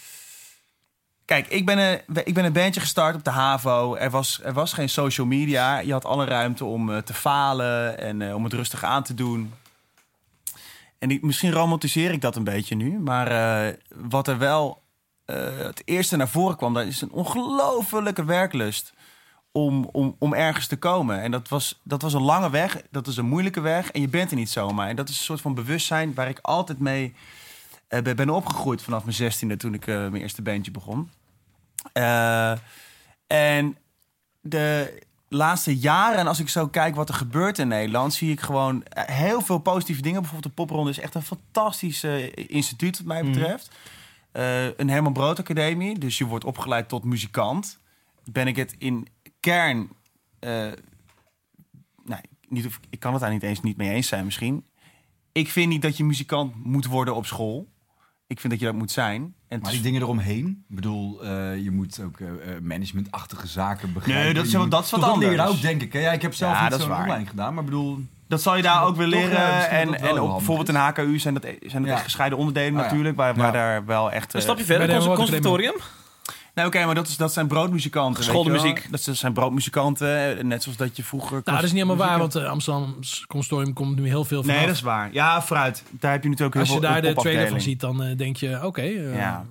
Kijk, ik ben, een, ik ben een bandje gestart op de HAVO. Er was, er was geen social media. Je had alle ruimte om uh, te falen en uh, om het rustig aan te doen. En ik, misschien romantiseer ik dat een beetje nu. Maar uh, wat er wel uh, het eerste naar voren kwam... dat is een ongelofelijke werklust om, om, om ergens te komen. En dat was, dat was een lange weg. Dat is een moeilijke weg. En je bent er niet zomaar. En dat is een soort van bewustzijn waar ik altijd mee uh, ben opgegroeid... vanaf mijn zestiende toen ik uh, mijn eerste bandje begon. Uh, en de laatste jaren, en als ik zo kijk wat er gebeurt in Nederland... zie ik gewoon heel veel positieve dingen. Bijvoorbeeld de Popronde is echt een fantastisch uh, instituut wat mij betreft. Mm. Uh, een Herman Brood Academie, dus je wordt opgeleid tot muzikant. Ben ik het in kern... Uh, nou, niet, ik kan het daar niet eens niet mee eens zijn misschien. Ik vind niet dat je muzikant moet worden op school. Ik vind dat je dat moet zijn. En maar die dingen eromheen? Ik bedoel, uh, je moet ook uh, managementachtige zaken begrijpen. Nee, dat is, moet, dat is wat dat anders. leren ook, denk ik. Hè? Ja, ik heb zelf ja, niet zo'n opleiding gedaan, maar bedoel... Dat zal je daar ook weer leren. Ja, en en op, bijvoorbeeld in H K U zijn dat, zijn dat ja. echt gescheiden onderdelen oh, natuurlijk. Waar, waar ja. daar wel echt... Een stapje verder, cons- conservatorium? Nee, oké, okay, maar dat, is, dat zijn broodmuzikanten. Geschoolde muziek. Dat zijn broodmuzikanten, net zoals dat je vroeger... Nou, dat is niet helemaal waar, want uh, Amsterdam Conservatorium komt nu heel veel vanaf. Nee, dat is waar. Ja, vooruit. Daar heb je natuurlijk heel Als veel Als je daar de trailer van ziet, dan uh, denk je, oké... Okay, uh, ja.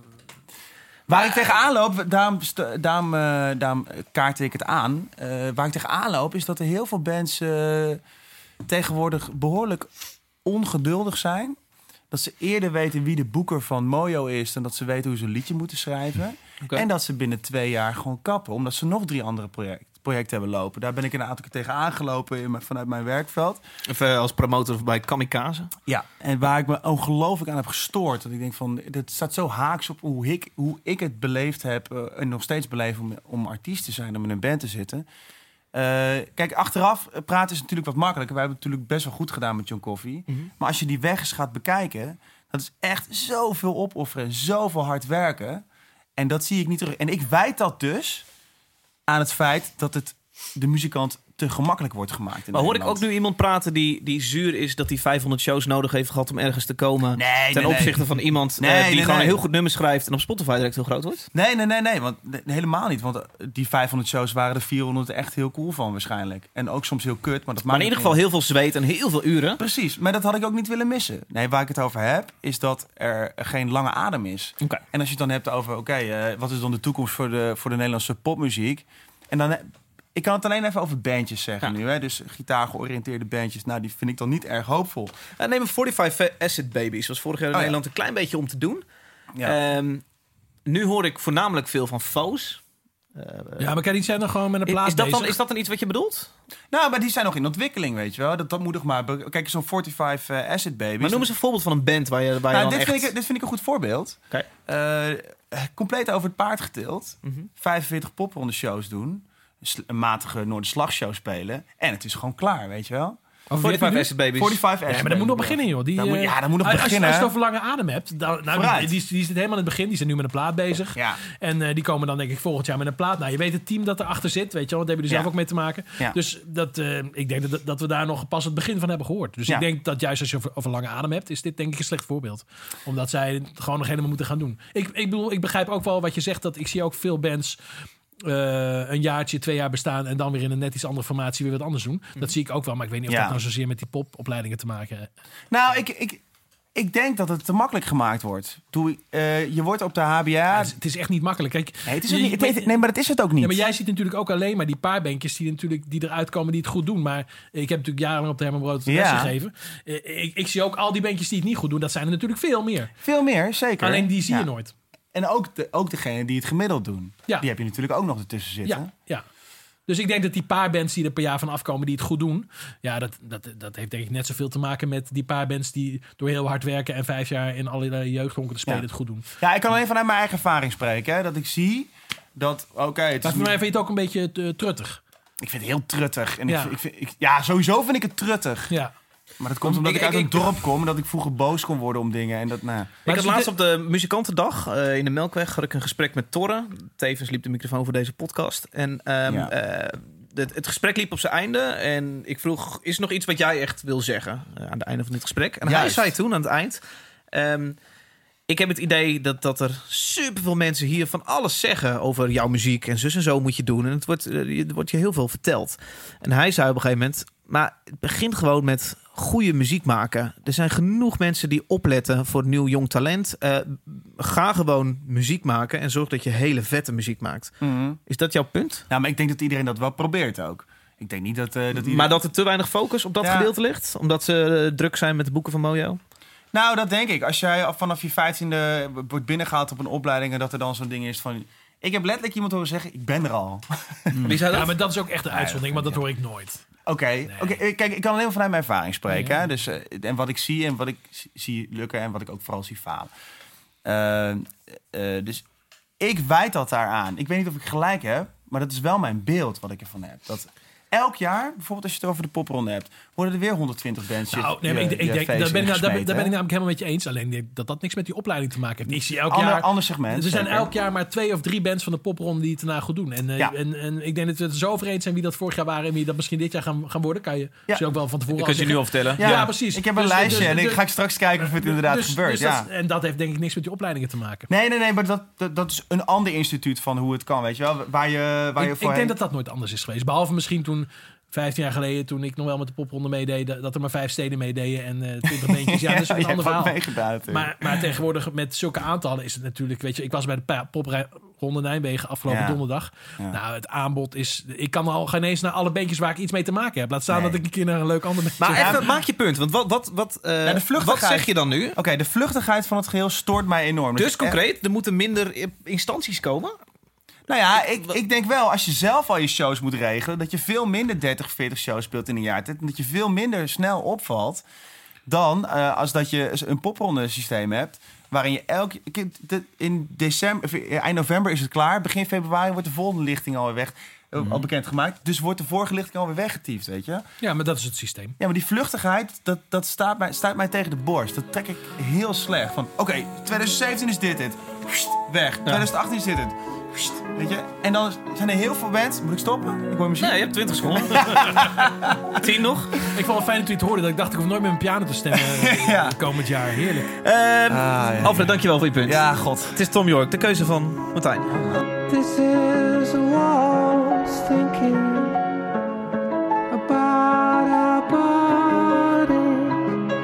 Waar ik tegenaan loop, daarom, daarom, uh, daarom kaart ik het aan. Uh, waar ik tegenaan loop, is dat er heel veel bands uh, tegenwoordig behoorlijk ongeduldig zijn. Dat ze eerder weten wie de boeker van Mojo is... dan dat ze weten hoe ze een liedje moeten schrijven. Okay. En dat ze binnen twee jaar gewoon kappen. Omdat ze nog drie andere project, projecten hebben lopen. Daar ben ik een aantal keer tegen aangelopen in mijn, vanuit mijn werkveld. Even als promotor bij Kamikaze. Ja, en waar ik me ongelooflijk aan heb gestoord. Dat ik denk van, dit staat zo haaks op hoe ik, hoe ik het beleefd heb... Uh, en nog steeds beleef om, om artiest te zijn, om in een band te zitten... Uh, kijk, achteraf praten is natuurlijk wat makkelijker. Wij hebben het natuurlijk best wel goed gedaan met John Coffee. Mm-hmm. Maar als je die weg eens gaat bekijken... dat is echt zoveel opofferen, zoveel hard werken. En dat zie ik niet terug. En ik wijt dat dus aan het feit dat het de muzikant te gemakkelijk wordt gemaakt. In maar hoor ik ook nu iemand praten die, die zuur is... dat hij vijfhonderd shows nodig heeft gehad om ergens te komen... Nee, ten nee, opzichte nee. van iemand nee, uh, die nee, gewoon nee. een heel goed nummer schrijft... en op Spotify direct heel groot wordt? Nee, nee, nee, nee. Want, nee, helemaal niet. Want die vijfhonderd shows waren er vierhonderd echt heel cool van waarschijnlijk. En ook soms heel kut. Maar, dat maar in ieder geval heel veel zweet en heel veel uren. Precies, maar dat had ik ook niet willen missen. Nee, waar ik het over heb, is dat er geen lange adem is. Okay. En als je het dan hebt over... oké, okay, uh, wat is dan de toekomst voor de, voor de Nederlandse popmuziek? En dan... Ik kan het alleen even over bandjes zeggen ja. nu. Hè? Dus gitaargeoriënteerde bandjes, nou, die vind ik dan niet erg hoopvol. Uh, neem een vijfenveertig Acid Babies. Was vorig jaar in oh, Nederland ja. een klein beetje om te doen. Ja. Um, nu hoor ik voornamelijk veel van Foes. Uh, ja, maar kijk, die zijn nog gewoon met een plaat is dat bezig. dan, is dat dan iets wat je bedoelt? Nou, maar die zijn nog in ontwikkeling, weet je wel. Dat, dat moet nog maar... Kijk, zo'n vijfenveertig uh, Acid Babies... Maar noem eens een voorbeeld van een band waar je, waar nou, je dit, echt... vind ik, dit vind ik een goed voorbeeld. Okay. Uh, compleet over het paard getild. Mm-hmm. vijfenveertig popronde shows doen. Een matige Noorderslagshow spelen. En het is gewoon klaar, weet je wel. vijfenveertig Acid Babies. vijfenveertig Acid ja, maar dat moet nog beginnen, joh. Die, dat moet, ja, dat moet nog als, beginnen. Als je het over lange adem hebt... Dan, nou, die, die, die zit helemaal in het begin. Die zijn nu met een plaat bezig. Ja. En uh, die komen dan denk ik volgend jaar met een plaat. Nou, je weet het team dat erachter zit, weet je wel. Dat hebben jullie zelf ja. ook mee te maken. Ja. Dus dat, uh, ik denk dat, dat we daar nog pas het begin van hebben gehoord. Dus ja. ik denk dat juist als je over, over lange adem hebt... is dit denk ik een slecht voorbeeld. Omdat zij het gewoon nog helemaal moeten gaan doen. Ik, ik bedoel, ik begrijp ook wel wat je zegt. Dat ik zie ook veel bands... Uh, een jaartje, twee jaar bestaan... en dan weer in een net iets andere formatie weer wat anders doen. Mm-hmm. Dat zie ik ook wel, maar ik weet niet of ja. dat nou zozeer met die popopleidingen te maken heeft. Nou, ik, ik, ik denk dat het te makkelijk gemaakt wordt. Doe, uh, je wordt op de H B A... Ja, het, is, het is echt niet makkelijk. Kijk, nee, het is niet, het, het, nee, maar dat is het ook niet. Ja, maar jij ziet natuurlijk ook alleen maar die paar bandjes... die, natuurlijk, die eruit komen die het goed doen. Maar ik heb natuurlijk jarenlang op de Herman Brood les ja. gegeven. Uh, ik, ik zie ook al die bandjes die het niet goed doen. Dat zijn er natuurlijk veel meer. Veel meer, zeker. Alleen die zie ja. je nooit. En ook, de, ook degene die het gemiddeld doen. Ja. Die heb je natuurlijk ook nog ertussen zitten. Ja, ja. Dus ik denk dat die paar bands die er per jaar van afkomen die het goed doen... ja, dat, dat, dat heeft denk ik net zoveel te maken met die paar bands... die door heel hard werken en vijf jaar in allerlei jeugdhonken te spelen Ja. het goed doen. Ja, ik kan alleen vanuit mijn eigen ervaring spreken. Hè, dat ik zie dat, oké... Okay, maar voor mij vind je het ook een beetje uh, truttig. Ik vind het heel truttig. En ja. ik, ik vind, ik, ja, sowieso vind ik het truttig. Ja. Maar dat komt omdat ik, ik uit ik, een ik, dorp kom... en dat ik vroeger boos kon worden om dingen. En dat, nou. Ik had laatst op de muzikantendag uh, in de Melkweg... had ik een gesprek met Torre. Tevens liep de microfoon voor deze podcast. En um, ja. uh, het, het gesprek liep op zijn einde. En ik vroeg, is er nog iets wat jij echt wil zeggen... Uh, aan het einde van dit gesprek? En Juist. hij zei toen aan het eind... Um, ik heb het idee dat, dat er superveel mensen hier van alles zeggen... over jouw muziek en zus en zo moet je doen. En het wordt, uh, er wordt je heel veel verteld. En hij zei op een gegeven moment... maar het begint gewoon met goede muziek maken. Er zijn genoeg mensen die opletten voor nieuw jong talent. Uh, ga gewoon muziek maken en zorg dat je hele vette muziek maakt. Mm-hmm. Is dat jouw punt? Nou, maar ik denk dat iedereen dat wel probeert ook. Ik denk niet dat... Uh, dat iedereen... Maar dat er te weinig focus op dat ja. gedeelte ligt? Omdat ze uh, druk zijn met de boeken van Mojo? Nou, dat denk ik. Als jij vanaf je vijftiende wordt binnengehaald op een opleiding... en dat er dan zo'n ding is van... Ik heb letterlijk iemand horen zeggen, ik ben er al. Mm. Wie zei dat? Ja, maar dat is ook echt een uitzondering, maar dat hoor ik nooit. Oké, okay. nee. okay. Kijk, ik kan alleen maar vanuit mijn ervaring spreken. Ja. Hè? Dus, uh, en wat ik zie en wat ik zie lukken en wat ik ook vooral zie falen. Uh, uh, dus ik wijd dat daaraan. Ik weet niet of ik gelijk heb, maar dat is wel mijn beeld wat ik ervan heb. Dat elk jaar, bijvoorbeeld als je het over de popronde hebt... worden er weer honderdtwintig bands. Nou, nee, maar ik, ik denk, daar ben, ik, daar, daar ben ik namelijk helemaal met je eens. Alleen dat dat niks met die opleiding te maken heeft. Ik zie elk ander, jaar... Ander segment. Er zijn elk jaar maar twee of drie bands van de popronde die het daarna goed doen. En, uh, ja. en, en ik denk dat we het zo over eens zijn wie dat vorig jaar waren... en wie dat misschien dit jaar gaan, gaan worden. Kan je ja. ook wel van tevoren kun je nu al vertellen. Ja, ja, precies. Ik heb een dus, lijstje dus, en ik dus, ga ik straks kijken of het inderdaad dus, gebeurt. Dus ja. dat, en dat heeft denk ik niks met die opleidingen te maken. Nee, nee, nee, maar dat, dat, dat is een ander instituut van hoe het kan, weet je wel. Waar je, waar ik, je voor ik denk dat dat nooit anders is geweest. Behalve misschien toen... Vijftien jaar geleden, toen ik nog wel met de popronde meedeed... dat er maar vijf steden meededen en uh, twintig beentjes. Ja, dat is een ja, ander verhaal. Meegedaan, maar, maar tegenwoordig met zulke aantallen is het natuurlijk... Weet je, ik was bij de popronde Nijmegen afgelopen ja. donderdag. Ja. Nou, het aanbod is... Ik kan al geen eens naar alle beentjes waar ik iets mee te maken heb. Laat staan nee. dat ik een keer naar een leuk ander beentje... Maar even, maak je punt. Want wat, wat, wat, uh, ja, de wat zeg je dan nu? Oké, okay, de vluchtigheid van het geheel stoort mij enorm. Dus, dus concreet, echt... er moeten minder instanties komen... Nou ja, ik, ik denk wel, als je zelf al je shows moet regelen... dat je veel minder dertig, veertig shows speelt in een jaar. En dat je veel minder snel opvalt... dan uh, als dat je een popronde systeem hebt... waarin je elk... In december, eind november is het klaar. Begin februari wordt de volgende lichting alweer weg... Mm-hmm. al bekendgemaakt. Dus wordt de vorige lichting alweer weggetiefd, weet je? Ja, maar dat is het systeem. Ja, maar die vluchtigheid, dat, dat staat, mij, staat mij tegen de borst. Dat trek ik heel slecht. Van, oké, okay, twintig zeventien is dit het. Weg. Ja. twintig achttien is dit het. Weet je? En dan zijn er heel veel bands. Moet ik stoppen? Ik hoor muziek. Nee, je hebt twintig seconden. tien nog? Ik vond het fijn dat u het hoorde. Dat ik dacht, ik hoef nooit meer mijn piano te stemmen ja. komend jaar. Heerlijk. Um, ah, ja. Alfred, dankjewel voor je punt. Ja, god. Het is Tom York, de keuze van Martijn. This is a waltz thinking about our bodies,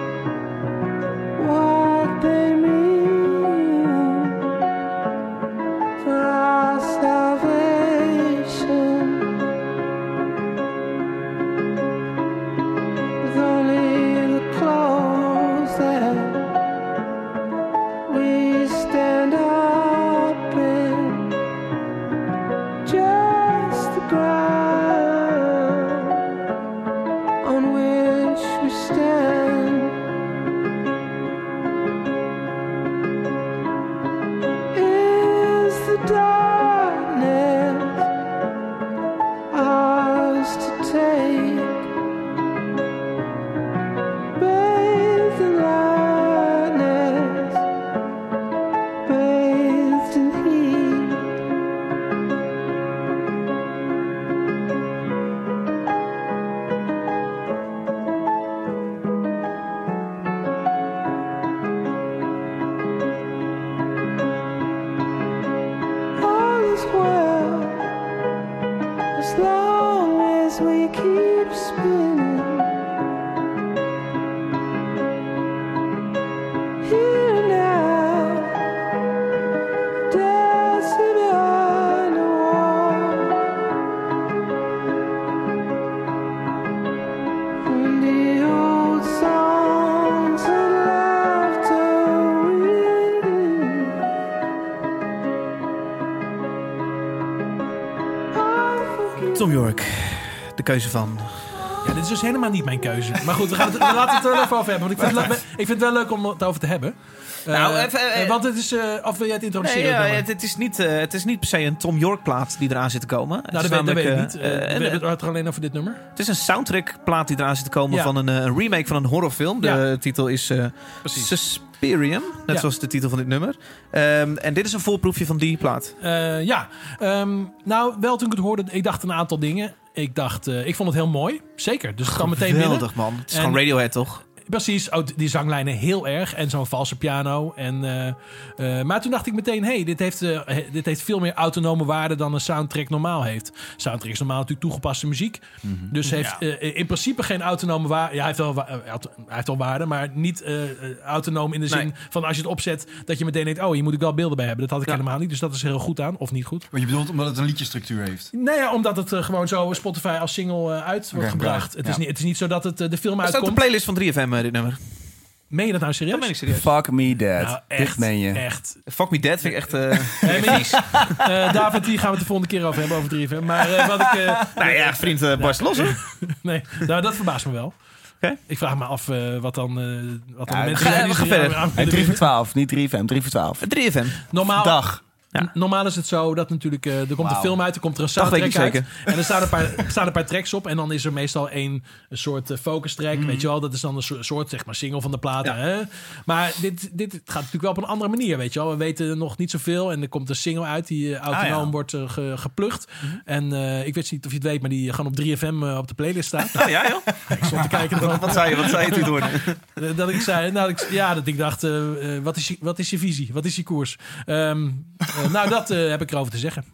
what they mean for our salvation. With only the clothes that we stand up in. Tom York. De keuze van... Ja, dit is dus helemaal niet mijn keuze. Maar goed, we, gaan het, we laten het er wel even over hebben. Want ik vind, het, le- ik vind het wel leuk om het over te hebben. Nou, Uh, even, uh, want het is... Uh, of wil jij het introduceren? Nee, ja, het, het, is niet, uh, het is niet per se een Tom York plaat die eraan zit te komen. Het Nou, is dat, weet, dat weet ik uh, niet. Uh, uh, we hebben het er alleen over dit nummer. Het is een soundtrack plaat die eraan zit te komen Ja. van een, uh, een remake van een horrorfilm. De Ja. titel is uh, Suspirium. Net Ja. zoals de titel van dit nummer. Um, en dit is een voorproefje van die plaat. Uh, ja, um, nou, wel toen ik het hoorde, ik dacht een aantal dingen. Ik dacht, uh, ik vond het heel mooi. Zeker, dus het kwam meteen binnen. Geweldig, man. Het is En- gewoon Radiohead, toch? Precies, oh, die zanglijnen heel erg. En zo'n valse piano. En, uh, uh, maar toen dacht ik meteen... hey, dit heeft, uh, dit heeft veel meer autonome waarde dan een soundtrack normaal heeft. Soundtrack is normaal natuurlijk toegepaste muziek. Mm-hmm. Dus heeft Ja. uh, in principe geen autonome waarde. Ja, hij heeft wel, wa- uh, auto- hij heeft wel waarde, maar niet uh, uh, autonoom in de zin Nee. van als je het opzet... dat je meteen denkt, oh, hier moet ik wel beelden bij hebben. Dat had ik Ja. helemaal niet, dus dat is er heel goed aan. Of niet goed. Want je bedoelt omdat het een liedjestructuur heeft? Nou ja, omdat het uh, gewoon zo Spotify als single uh, uit wordt Oké, gebracht. ja. Het, is Ja. niet, het is niet zo dat het uh, de film Het staat op uitkomt. de playlist van drie F M, uh, dit nummer. Meen je dat nou serieus? Dat meen ik serieus. Fuck me dead. Nou, Dit echt, meen je. echt. Fuck Me Dead vind ik echt... Uh, Nee, maar niet. Uh, David, die gaan we het de volgende keer over hebben, over drie F M. Maar uh, wat ik... Uh, nou ja, vriend, uh, barst los, hoor. nee, nou, dat verbaast me wel. Okay. Ik vraag me af uh, wat dan, uh, wat dan Ja, de mensen ga- zijn die we gaan zich verder. aan- aan Hey, willen drie voor winnen. twaalf, niet drie F M, drie voor twaalf. drie F M. Normaal, Dag. Ja. n- normaal is het zo dat natuurlijk... Uh, er komt Wauw. een film uit, er komt er een Dat weet soundtrack ik uit. zeker. En er staan een paar, er staan een paar tracks op. En dan is er meestal één een soort uh, focus track. Weet je wel, dat is dan een so- soort zeg maar, single van de plaat. Ja. Hè? Maar dit, dit gaat natuurlijk wel op een andere manier, weet je wel. We weten nog niet zoveel. En er komt een single uit die uh, autonoom Ah, ja. wordt uh, ge, geplukt. Mhm. En uh, ik weet niet of je het weet, maar die gewoon op drie F M uh, op de playlist staat. Oh ja, joh. Ik stond te kijken. Wat, wat zei je? Wat zei je toen het hoorde? Uh, dat ik zei, nou, ik, ja, dat ik dacht, uh, uh, wat, is je, wat is je visie? Wat is je koers? Um, uh, nou, dat uh, heb ik erover te zeggen.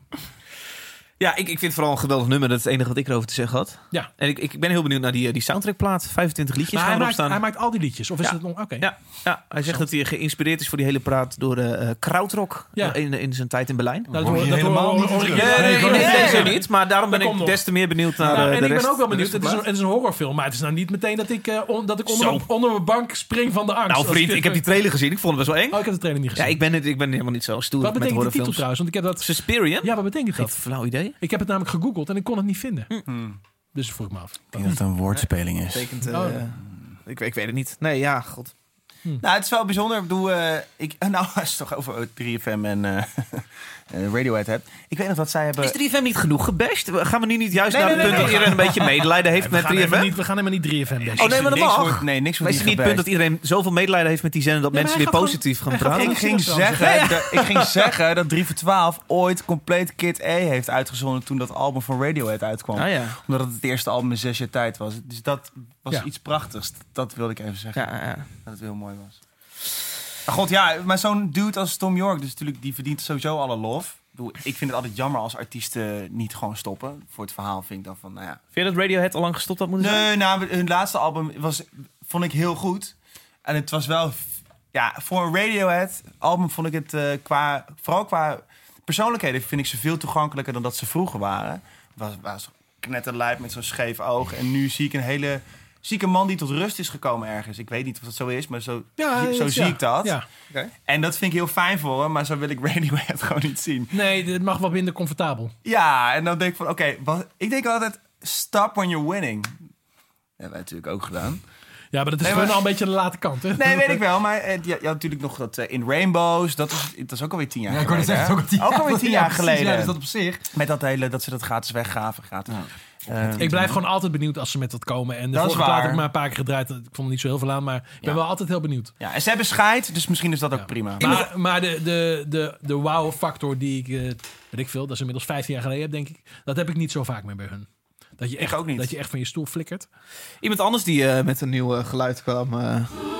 Ja, ik, ik vind het vooral een geweldig nummer. Dat is het enige wat ik erover te zeggen had. Ja. En ik, ik ben heel benieuwd naar die, die soundtrackplaat. vijfentwintig liedjes Maar gaan hij erop maakt, staan. hij maakt al die liedjes. Of is Ja. het nog... Oké. Okay. Ja, ja, hij zegt dat hij geïnspireerd is voor die hele praat door uh, krautrock Ja. in, in zijn tijd in Berlijn. Nou, Hoor je dat helemaal hoor- niet hoor- terug. hoor- Nee, nee, hoor- nee, hoor- nee, hoor- zo niet. Maar daarom ben Dat komt ik nog. des te meer benieuwd naar Nou, uh, en de ik rest. ben ook wel de benieuwd. rest Het van is, de een, het is een horrorfilm, maar het is nou niet meteen dat ik uh, on, dat ik onder, Zo. mijn- onder mijn bank spring van de angst. plaat. Nou Als vriend, ik heb die trailer gezien. Ik vond het best wel eng. Oh, ik heb de trailer niet gezien. Ja, ik ben, het, ik ben helemaal niet zo stoer Wat met betekent die titel horrorfilms. trouwens? Want ik heb dat... Suspirium? Ja, wat betekent Geen dat? flauw idee. Ik heb het namelijk gegoogeld en ik kon het niet vinden. Hmm. Dus vroeg ik me af. Ik denk dat het een woordspeling is. Betekent, uh, Oh. ik, ik weet het niet. Nee, ja, god. Nou, het is wel bijzonder. Ik bedoel, uh, ik, nou, als je het toch over drie F M en uh, Radiohead hebt. Ik weet nog dat zij hebben... Is drie F M niet genoeg gebashed? Gaan we nu niet juist Nee, naar nee, het punt nee, dat nee. iedereen een beetje medelijden heeft we, met gaan drie F helemaal M? niet, we gaan helemaal niet drie F M bashen. Oh nee, maar dat niks mag. wordt- nee, niks Maar wordt is het niet het punt dat iedereen zoveel medelijden heeft met die zender... dat Nee, mensen maar weer hij gaat positief gewoon- gaan hij gaat praten? Ik ging, Serieus zeggen, dat, ik ging zeggen dat drie voor twaalf ooit compleet Kid A heeft uitgezonden toen dat album van Radiohead uitkwam. Ah, ja. Omdat het het eerste album in zes jaar tijd was. Dus dat was Ja. iets prachtigs. Dat wilde ik even zeggen. Ja, ja. Dat het heel mooi was. Maar god, ja, maar zo'n dude als Tom York, dus natuurlijk, die verdient sowieso alle lof. Ik bedoel, ik vind het altijd jammer als artiesten niet gewoon stoppen. Voor het verhaal vind ik dan van, nou ja. Vind je dat Radiohead al lang gestopt had moeten zijn? Nee, nou, hun laatste album was, vond ik heel goed. En het was wel, ja, voor een Radiohead album vond ik het uh, qua, vooral qua persoonlijkheden vind ik ze veel toegankelijker dan dat ze vroeger waren. Was, was knetterlijp met zo'n scheef oog. En nu zie ik een hele zieke man die tot rust is gekomen ergens. Ik weet niet of dat zo is, maar zo, Ja, zo dat- zie ja. ik dat. Ja. Okay. En dat vind ik heel fijn voor hem, maar zo wil ik Radiohead gewoon niet zien. Nee, het mag wat minder comfortabel. Ja, en dan denk ik van, oké, okay, ik denk altijd, stop when you're winning. Dat hebben wij natuurlijk ook gedaan. Ja, maar dat is Nee, gewoon maar- al een beetje aan de late kant, hè? Nee, weet ik wel, maar eh, je, je had natuurlijk nog dat uh, In Rainbows, dat is, dat is ook alweer tien jaar Ja, ik wou geleden. net zeggen, het is ook al tien Ook alweer tien Ja, jaar precies, geleden. ja, dus dat op zich. Met dat hele, dat ze dat gratis weggaven. Gratis. Uh, Ik blijf gewoon altijd benieuwd als ze met dat komen. En de Dat is vorige plaat heb waar. ik maar een paar keer gedraaid. Ik vond er niet zo heel veel aan, maar ik ben Ja. wel altijd heel benieuwd. Ja, en ze hebben scheid, dus misschien is dat ook Ja. prima. Maar, maar de, de, de, de wow-factor die ik, eh, weet ik veel, dat is inmiddels vijftien jaar geleden heb, denk ik. Dat heb ik niet zo vaak meer bij hun. Dat je echt, ook niet. Dat je echt van je stoel flikkert. Iemand anders die uh, met een nieuw uh, geluid kwam... Uh...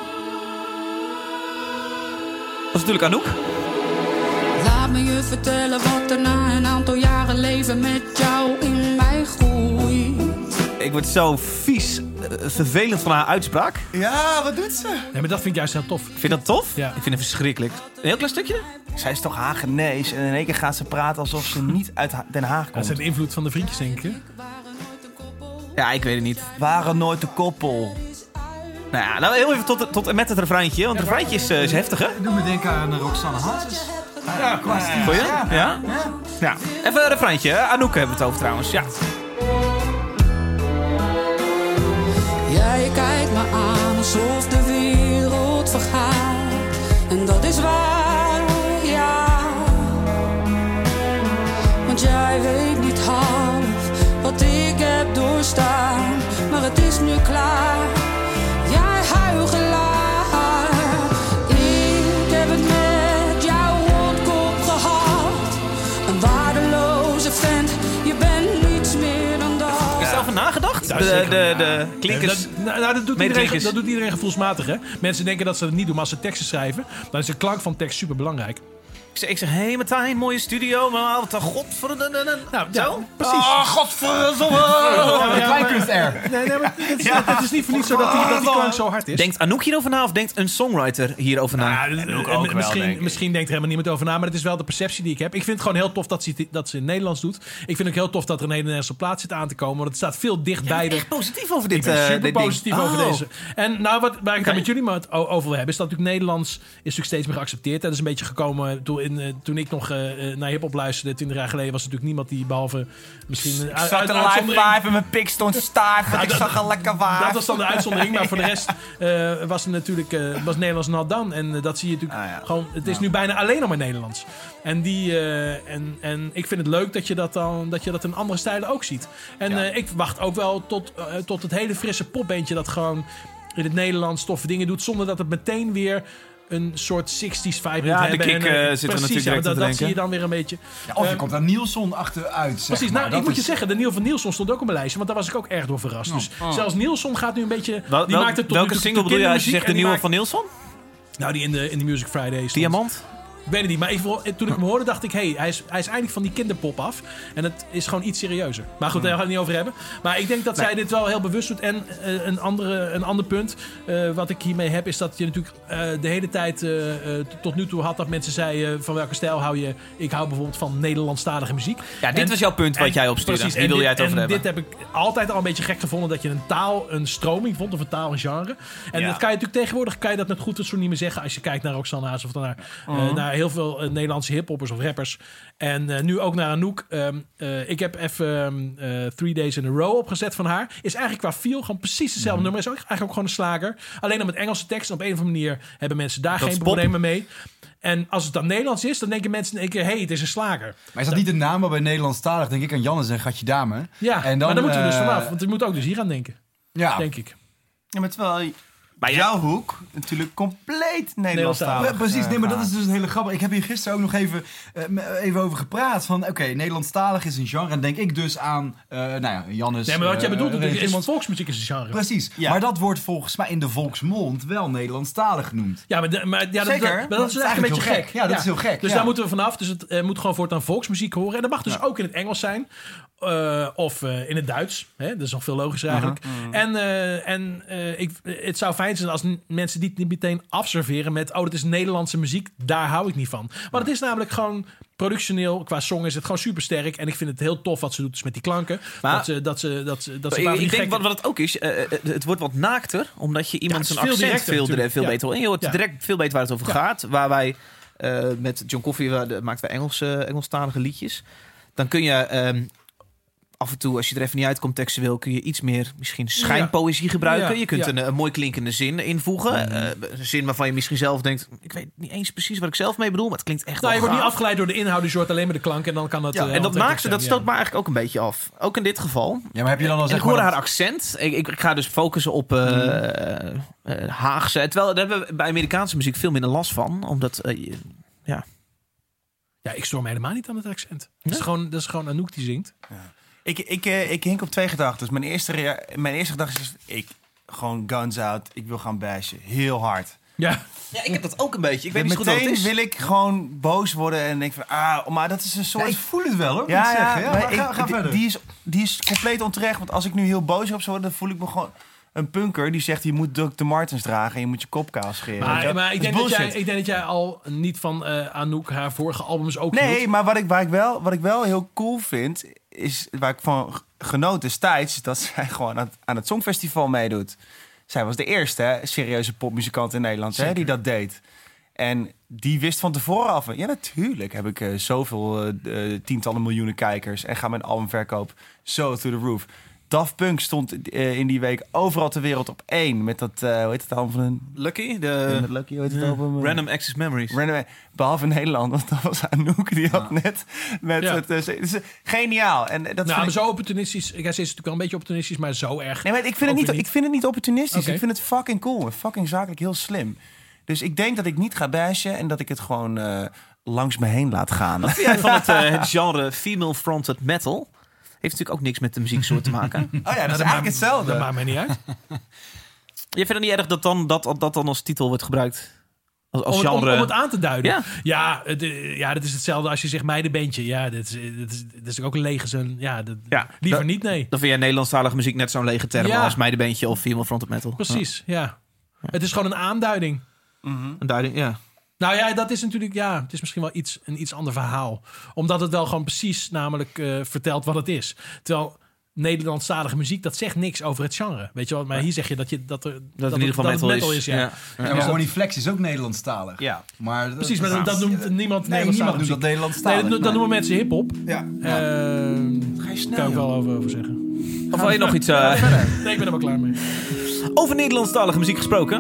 was natuurlijk Anouk. Laat me je vertellen wat er na een aantal jaren leven met jou in mij groeit. Ik word zo vies, uh, vervelend van haar uitspraak. Ja, wat doet ze? Nee, maar dat vind ik juist heel tof. Ik vind dat tof. Ja. Ik vind het verschrikkelijk. Een heel klein stukje? Zij is toch Hagenees en in één keer gaat ze praten alsof ze niet uit Ha- Den Haag Dat komt. is de invloed van de vriendjes, denk ik. Hè? Ja, ik weet het niet. Waren nooit de koppel. Nou ja, nou heel even tot, tot en met het refreintje. Want het refreintje is, uh, is heftig, hè? Doe me denken aan Roxanne Hazes. Ja, Vond je? Ja? Ja. Even een refreintje. hè? Anouk hebben we het over trouwens. Ja. de, de, de, de klinkers. Dat, nou, nou, dat, doet iedereen, dat doet iedereen gevoelsmatig, hè? Mensen denken dat ze dat niet doen, maar als ze teksten schrijven, dan is de klank van tekst super belangrijk. Ik zeg, ik zeg, hé hey, Martijn, mooie studio, maar wat een godverdomme. Nou, ja, zo? Precies. Oh, godverdomme. Ja, ja, kleinkunst er. Nee, nee, maar het is, ja. het is niet voor niets zo dat die, dat die klank zo hard is. Denkt Anouk hierover na of denkt een songwriter hierover na? Ja, Anouk ook wel, misschien, denk ik. misschien denkt er helemaal niemand over na, maar het is wel de perceptie die ik heb. Ik vind het gewoon heel tof dat ze, dat ze in Nederlands doet. Ik vind ook heel tof dat er een Nederlandse plaats zit aan te komen, want het staat veel dichtbij. Ja, de... echt positief over dit. Ik ben uh, super dit positief ding. over Oh. deze. En nou, wat, waar ik het met jullie maar het over wil hebben, is dat natuurlijk Nederlands is natuurlijk steeds meer geaccepteerd. Dat is een beetje gekomen toen, in, uh, toen ik nog uh, naar hiphop luisterde, twintig jaar geleden, was er natuurlijk niemand die behalve misschien een Ik zat er live live en mijn pik stond staart, want ik zag er lekker waar. Dat was dan de uitzondering, maar voor de rest uh, was het natuurlijk uh, was Nederlands not done. En uh, dat zie je natuurlijk Ah, ja. gewoon. Het is Ja. nu bijna alleen nog maar Nederlands. En die uh, en, en ik vind het leuk dat je dat dan dat je dat in andere stijlen ook ziet. En Ja. uh, ik wacht ook wel tot, uh, tot het hele frisse popbeentje dat gewoon in het Nederlands toffe dingen doet, zonder dat het meteen weer een soort zestig's vibe Ja, moet de hebben. kick, en, uh, uh, zit er precies, natuurlijk ja, direct dat, te dat denken. zie je dan weer een beetje. Ja, of je Um, komt daar Nielsen achteruit, zeg Precies, maar. nou, Dat ik moet je is- zeggen, de Niel van Nielsen stond ook op mijn lijstje, want daar was ik ook erg door verrast. Dus Oh. zelfs Nielsen gaat nu een beetje. Wel, die wel, maakt het tot welke nu toe single bedoel je als je kindermuziek zegt de en die nieuwe maakt- van Nielsen? Nou, die in de, in de Music Friday stond. Diamant? Ik weet het niet, maar ik, toen ik hem hoorde dacht ik, hé, hey, hij, is, hij is eigenlijk van die kinderpop af. En het is gewoon iets serieuzer. Maar goed, daar gaan we het niet over hebben. Maar ik denk dat Nee. zij dit wel heel bewust doet. En uh, een, andere, een ander punt uh, wat ik hiermee heb, is dat je natuurlijk uh, de hele tijd uh, uh, tot nu toe had dat mensen zeiden van welke stijl hou je. Ik hou bijvoorbeeld van Nederlandstalige muziek. Ja, dit En- was jouw punt wat en- jij opstuurde. precies, Hier en wil dit- jij het over en hebben. dit heb ik altijd al een beetje gek gevonden, dat je een taal, een stroming vond, of een taal, een genre. En Ja. dat kan je natuurlijk tegenwoordig, kan je dat met goed fatsoen niet meer zeggen als je kijkt naar Roxanne Haas of naar, uh, Mhm. naar heel veel uh, Nederlandse hiphoppers of rappers. En uh, nu ook naar Anouk. Um, uh, ik heb even um, uh, Three Days in a Row opgezet van haar. Is eigenlijk qua feel gewoon precies hetzelfde Mhm. nummer. Is ook eigenlijk ook gewoon een slager. Alleen dan met Engelse tekst. En op een of andere manier hebben mensen daar Dat geen is pop. problemen mee. En als het dan Nederlands is, dan denken mensen in één keer, hé, hey, het is een slager. Maar is dat niet de naam waarbij Nederlandstalig, denk ik, aan Jannes en Gatje Dame? Ja, en dan, maar daar moeten we dus eh, vanaf. Want je moet ook dus hier aan denken. Ja. Denk ik. Ja, maar terwijl Maar jouw hoek natuurlijk compleet Nederlandstalig. Ja, precies, nee, maar dat gaat. is dus een hele grappig. Ik heb hier gisteren ook nog even, uh, even over gepraat. Van oké, okay, Nederlandstalig is een genre. En denk ik dus aan, uh, nou ja, Jannes. Nee, maar wat jij uh, bedoelt René is, Simons. volksmuziek is een genre. Precies, Ja. maar dat wordt volgens mij in de volksmond wel Nederlandstalig genoemd. Ja, maar, de, maar ja, dat, Zeker, dat, maar dat maar is het is eigenlijk een beetje eigenlijk gek. heel gek. Ja, dat is heel gek, Dus ja. daar moeten we vanaf. Dus het uh, moet gewoon voortaan volksmuziek horen. En dat mag dus ook in het Engels zijn. Uh, of uh, in het Duits. Hè? Dat is nog veel logischer eigenlijk. Uh-huh. En, uh, en uh, ik, het zou fijn zijn als n- mensen die het niet meteen afserveren met, oh, dat is Nederlandse muziek. Daar hou ik niet van. Maar het is namelijk gewoon productioneel. Qua song is het gewoon super sterk. En ik vind het heel tof wat ze doet dus met die klanken. Maar- dat ze, dat ze, dat ze, dat ze Ik, waar van ik die denk gekke- wat, wat het ook is, uh, het wordt wat naakter, omdat je iemand het is zijn veel accent directer veel, natuurlijk. veel Ja. beter hoort. En je hoort Ja. direct veel beter waar het over Ja. gaat. Waar wij uh, met John Coffey we, de, maakten wij Engels, uh, Engelstalige liedjes. Dan kun je um, af en toe, als je er even niet uitkomt textueel, kun je iets meer misschien schijnpoëzie gebruiken. Ja. Je kunt Ja. een, een mooi klinkende zin invoegen. Uh, een zin waarvan je misschien zelf denkt, ik weet niet eens precies wat ik zelf mee bedoel, maar het klinkt echt Nou, je wel wordt niet gaaf. afgeleid door de inhoud, dus je hoort alleen maar de klank en dan kan dat. Ja, uh, en dat aantrekkelijk maakt ze, dat zijn, stoot ja. me eigenlijk ook een beetje af. Ook in dit geval. Ja, maar heb je dan al En zeg ik maar hoorde dat- haar accent. Ik, ik, ik ga dus focussen op uh, uh, uh, Haagse. Terwijl daar hebben we bij Amerikaanse muziek veel minder last van. Omdat, uh, je- ja. Ja, ik stoor me helemaal niet aan het accent. Dat Ja? is gewoon, dat is gewoon Anouk die zingt. Ik, ik, uh, ik hink op twee gedachten. Dus mijn eerste, rea- mijn eerste gedachte is, ik gewoon guns out. Ik wil gaan bashen. Heel hard. Ja. Ja, ik heb dat ook een beetje. Ik weet niet zo goed wat Meteen het is. wil ik gewoon boos worden en denk van, ah, maar dat is een soort... Ja, ik voel het wel hoor. Ja, moet ik ja, zeggen. Ja, maar maar ik- ga, ga die, verder. die, is, die is compleet onterecht. Want als ik nu heel boos op zou worden, dan voel ik me gewoon een punker die zegt, je moet doctor Martens dragen en je moet je kop kaal scheren. weet je Maar, wel? maar ik, Dat is denk dat jij, bullshit. ik denk dat jij al niet van uh, Anouk haar vorige albums ook Nee, hield. maar wat ik, waar ik wel, wat ik wel heel cool vind, is waar ik van g- genoten destijds, dat zij gewoon aan, aan het Songfestival meedoet. Zij was de eerste hè, serieuze popmuzikant in Nederland hè, die dat deed. En die wist van tevoren af. Ja, natuurlijk heb ik uh, zoveel uh, uh, tientallen miljoenen kijkers en gaat mijn albumverkoop zo through the roof. Daft Punk stond uh, in die week overal ter wereld op één met dat, uh, hoe heet het album van hun? Lucky? De Ja, met Lucky, hoe heet het ja. album? Random Access Memories. Random, behalve Nederland, want dat was Anouk. Die had net met Ja. het... Uh, het is geniaal. En dat Nou, vind maar ik... zo opportunistisch. Ik, hij is natuurlijk wel een beetje opportunistisch, maar zo erg. Nee, maar ik vind, het ook niet, weer ik vind het niet opportunistisch. Oké. Ik vind het fucking cool. En fucking zakelijk heel slim. Dus ik denk dat ik niet ga bashen en dat ik het gewoon uh, langs me heen laat gaan. Wat vind jij van het, uh, het genre female-fronted metal? Heeft natuurlijk ook niks met de muzieksoort te maken. Oh ja, dat is Nou, eigenlijk hetzelfde. Dat maakt mij niet uit. Je vindt het niet erg dat dan, dat, dat dan als titel wordt gebruikt? Als, als Om, het- om, genre? om het aan te duiden. Ja. Ja, het, eh, ja, dat is hetzelfde als je zegt meidenbeentje. Ja, dat is, dat is, dat is ook een lege zin. Ja, dat, Ja, liever dat- niet, nee. Dan vind jij Nederlandstalige muziek net zo'n lege term Ja. als meidenbeentje of female fronted metal. Precies, ja. Het is gewoon een aanduiding. Mm-hmm. Een duiding, ja. Nou ja, dat is natuurlijk, ja, het is misschien wel iets, een iets ander verhaal. Omdat het wel gewoon precies namelijk uh, vertelt wat het is. Terwijl Nederlandstalige muziek, dat zegt niks over het genre. Weet je wel? Maar hier zeg je dat, je, dat, er, dat, Dat in het, ieder geval dat metal, het metal is. is. ja. Ja. Ja, Ja, maar dus Ronnie Flex is ook Nederlandstalig. Ja. Maar dat, Precies, maar dat, dat noemt niemand nee, niemand noemt dat Nederlandstalig. Nee, dat, dat noemen mensen hiphop. Ja. Uh, Ga je snel, kan ik wel over, over zeggen. Of wil je nog iets... Uh... Nee, ik ben er wel klaar mee. Over Nederlandstalige muziek gesproken.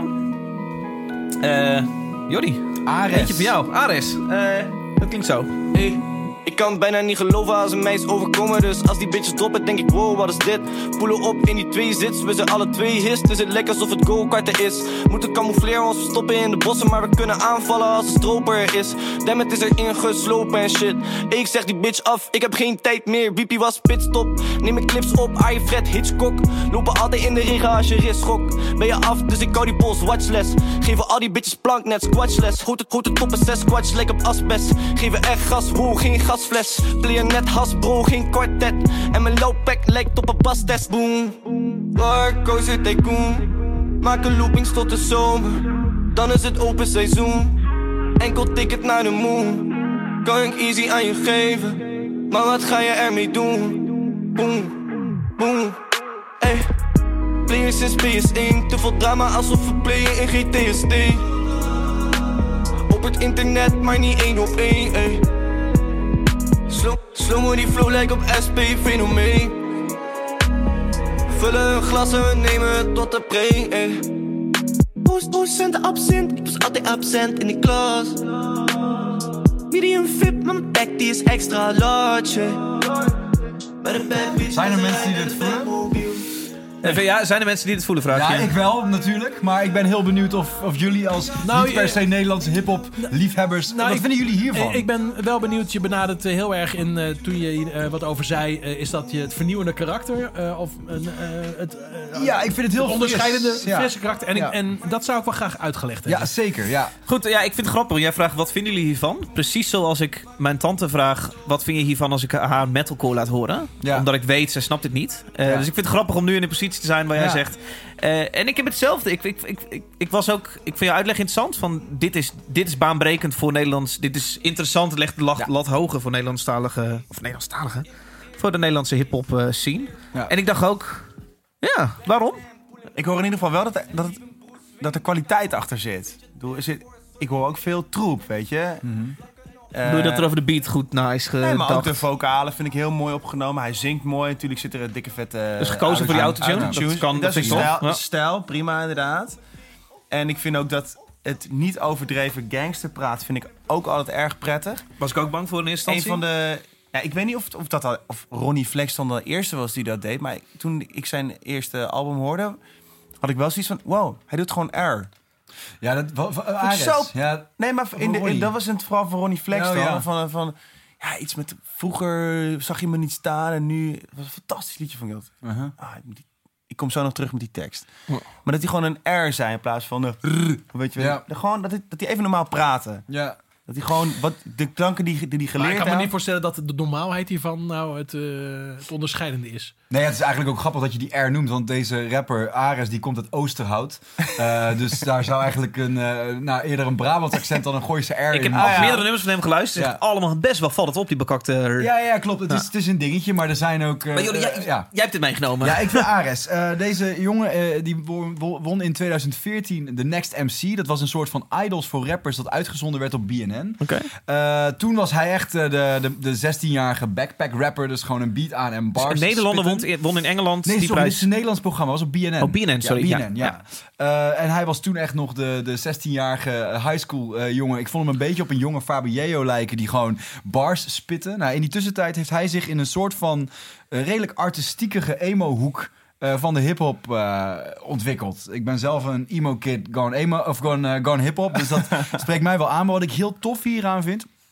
Uh, Jordi. Ares. Eentje voor jou. Ares. Uh, dat klinkt zo. Hey. Ik kan bijna niet geloven als een meis overkomen. Dus als die bitches droppen denk ik wow, wat is dit? Poelen op in die twee zits, we zijn alle twee hist. Dus het lijkt alsof het go-karten is. Moeten camoufleren, ons verstoppen in de bossen. Maar we kunnen aanvallen als de stroper er is. Damn, het is erin geslopen en shit. Ik zeg die bitch af, ik heb geen tijd meer. B P was pitstop, neem ik clips op. Aye Fred Hitchcock, lopen altijd in de regen als je ris schok. Ben je af, dus ik hou die pols watchless. Geven al die bitches plank net squatchless. Goed het, goed het toppen, zes squatch, lijk op asbest. Geven echt gas, wow, geen gas. Fles, player net has bro, geen kwartet. En mijn lowpack lijkt op een bastest. Boom, Warco's tycoon. Maak een loopings tot de zomer. Dan is het open seizoen. Enkel ticket naar de moon. Kan ik easy aan je geven. Maar wat ga je ermee doen? Boom, boom, ey. Players sinds P S één. Te veel drama alsof we playen in G T S D. Op het internet, maar niet één op één, ey. Slow, slow die flow lijkt op S P fenomeen. Vullen hun glassen, we nemen het tot de pre. Eh. Hoe, hoe zijn de absent? Ik was altijd absent in de klas. Medium fit, mijn back die is extra large. Zijn er mensen die dit voelen? Even, ja, zijn er mensen die dit voelen, vraag je? Ja, ik wel natuurlijk. Maar ik ben heel benieuwd of, of jullie als nou, niet per se Nederlandse hiphop liefhebbers... Nou, wat vinden jullie hiervan? Ik ben wel benieuwd. Je benadert heel erg in, uh, toen je uh, wat over zei... Uh, is dat je het vernieuwende karakter? Uh, of uh, het uh, ja, ik vind het heel het onderscheidende, fris. Ja. frisse karakter. En, ja. ik, en dat zou ik wel graag uitgelegd hebben. Ja, zeker. Ja. Goed, ja, ik vind het grappig. Jij vraagt, wat vinden jullie hiervan? Precies zoals ik mijn tante vraag... wat vind je hiervan als ik haar metalcore laat horen? Ja. Omdat ik weet, zij snapt het niet. Uh, ja. Dus ik vind het grappig om nu in de positie te zijn waar jij ja. zegt... Uh, en ik heb hetzelfde. Ik, ik, ik, ik, ik was ook. Ik vind je uitleg interessant. Van dit is, dit is baanbrekend voor Nederlands. Dit is interessant. Het legt de lat, ja. lat hoger voor Nederlandstalige. Of Nederlandstalige. Voor de Nederlandse hip-hop uh, scene. Ja. En ik dacht ook. Ja, waarom? Ik hoor in ieder geval wel dat er, dat het, dat er kwaliteit achter zit. Ik, bedoel, er zit. Ik hoor ook veel troep, weet je. Mm-hmm. Uh, Doe je dat er over de beat goed na is gedacht? Nee, maar ook de vocalen vind ik heel mooi opgenomen. Hij zingt mooi. Natuurlijk zit er een dikke vette... Dus gekozen uh, voor die autotune? Dat, dat kan, dat is stijl, ja. stijl, prima inderdaad. En ik vind ook dat het niet overdreven gangsterpraat vind ik ook altijd erg prettig. Was ik ook bang voor in eerste instantie? Een van de... Ja, ik weet niet of, of, dat al, of Ronnie Flex dan de eerste was die dat deed. Maar toen ik zijn eerste album hoorde, had ik wel zoiets van... Wow, hij doet gewoon R. Ja, dat was Ares. Zo, ja, nee, maar in de, in, dat was het vooral voor Ronnie Flex oh, dan. Ja. Van, van, ja, iets met... Vroeger zag je me niet staan en nu... Het was een fantastisch liedje van Gilt. Uh-huh. Ah, ik kom zo nog terug met die tekst. Ja. Maar dat hij gewoon een R zei in plaats van een rrr, weet je wel. Ja. Gewoon dat hij, dat hij even normaal praten. Ja. Dat hij gewoon wat de klanken die, die hij geleerd heeft. Ik kan me niet voorstellen dat de normaalheid hiervan nou het, uh, het onderscheidende is. Nee, het is eigenlijk ook grappig dat je die R noemt. Want deze rapper Ares die komt uit Oosterhout. Uh, dus daar zou eigenlijk een, uh, nou, eerder een Brabant accent dan een Gooise R in. Ik heb al ah, ja. meerdere nummers van hem geluisterd. Ja. Allemaal best wel valt het op, die bekakte... Ja, ja, klopt. Het is, ja. het is een dingetje, maar er zijn ook... Uh, maar Jordi, jij, ja. jij hebt dit meegenomen. Ja, ik vind Ares. Uh, deze jongen uh, die won in twintig veertien de Next M C. Dat was een soort van Idols voor rappers dat uitgezonden werd op B N N. Oké. Okay. Uh, toen was hij echt uh, de, de, de zestienjarige backpack rapper. Dus gewoon een beat aan en bars. Dus een Nederlander won, won in Engeland nee, die sorry, prijs. Het is een Nederlands programma. was op B N N. Oh, B N N, sorry. Ja, B N N, ja. ja. Uh, en hij was toen echt nog de, de zestienjarige high school uh, jongen. Ik vond hem een beetje op een jonge Fabio lijken die gewoon bars spitten. Nou, in die tussentijd heeft hij zich in een soort van uh, redelijk artistiekige emo-hoek Uh, van de hip-hop uh, ontwikkeld. Ik ben zelf een emo-kid, gone emo of gone, uh, gone hip-hop. Dus dat spreekt mij wel aan. Maar wat ik heel tof hieraan vind,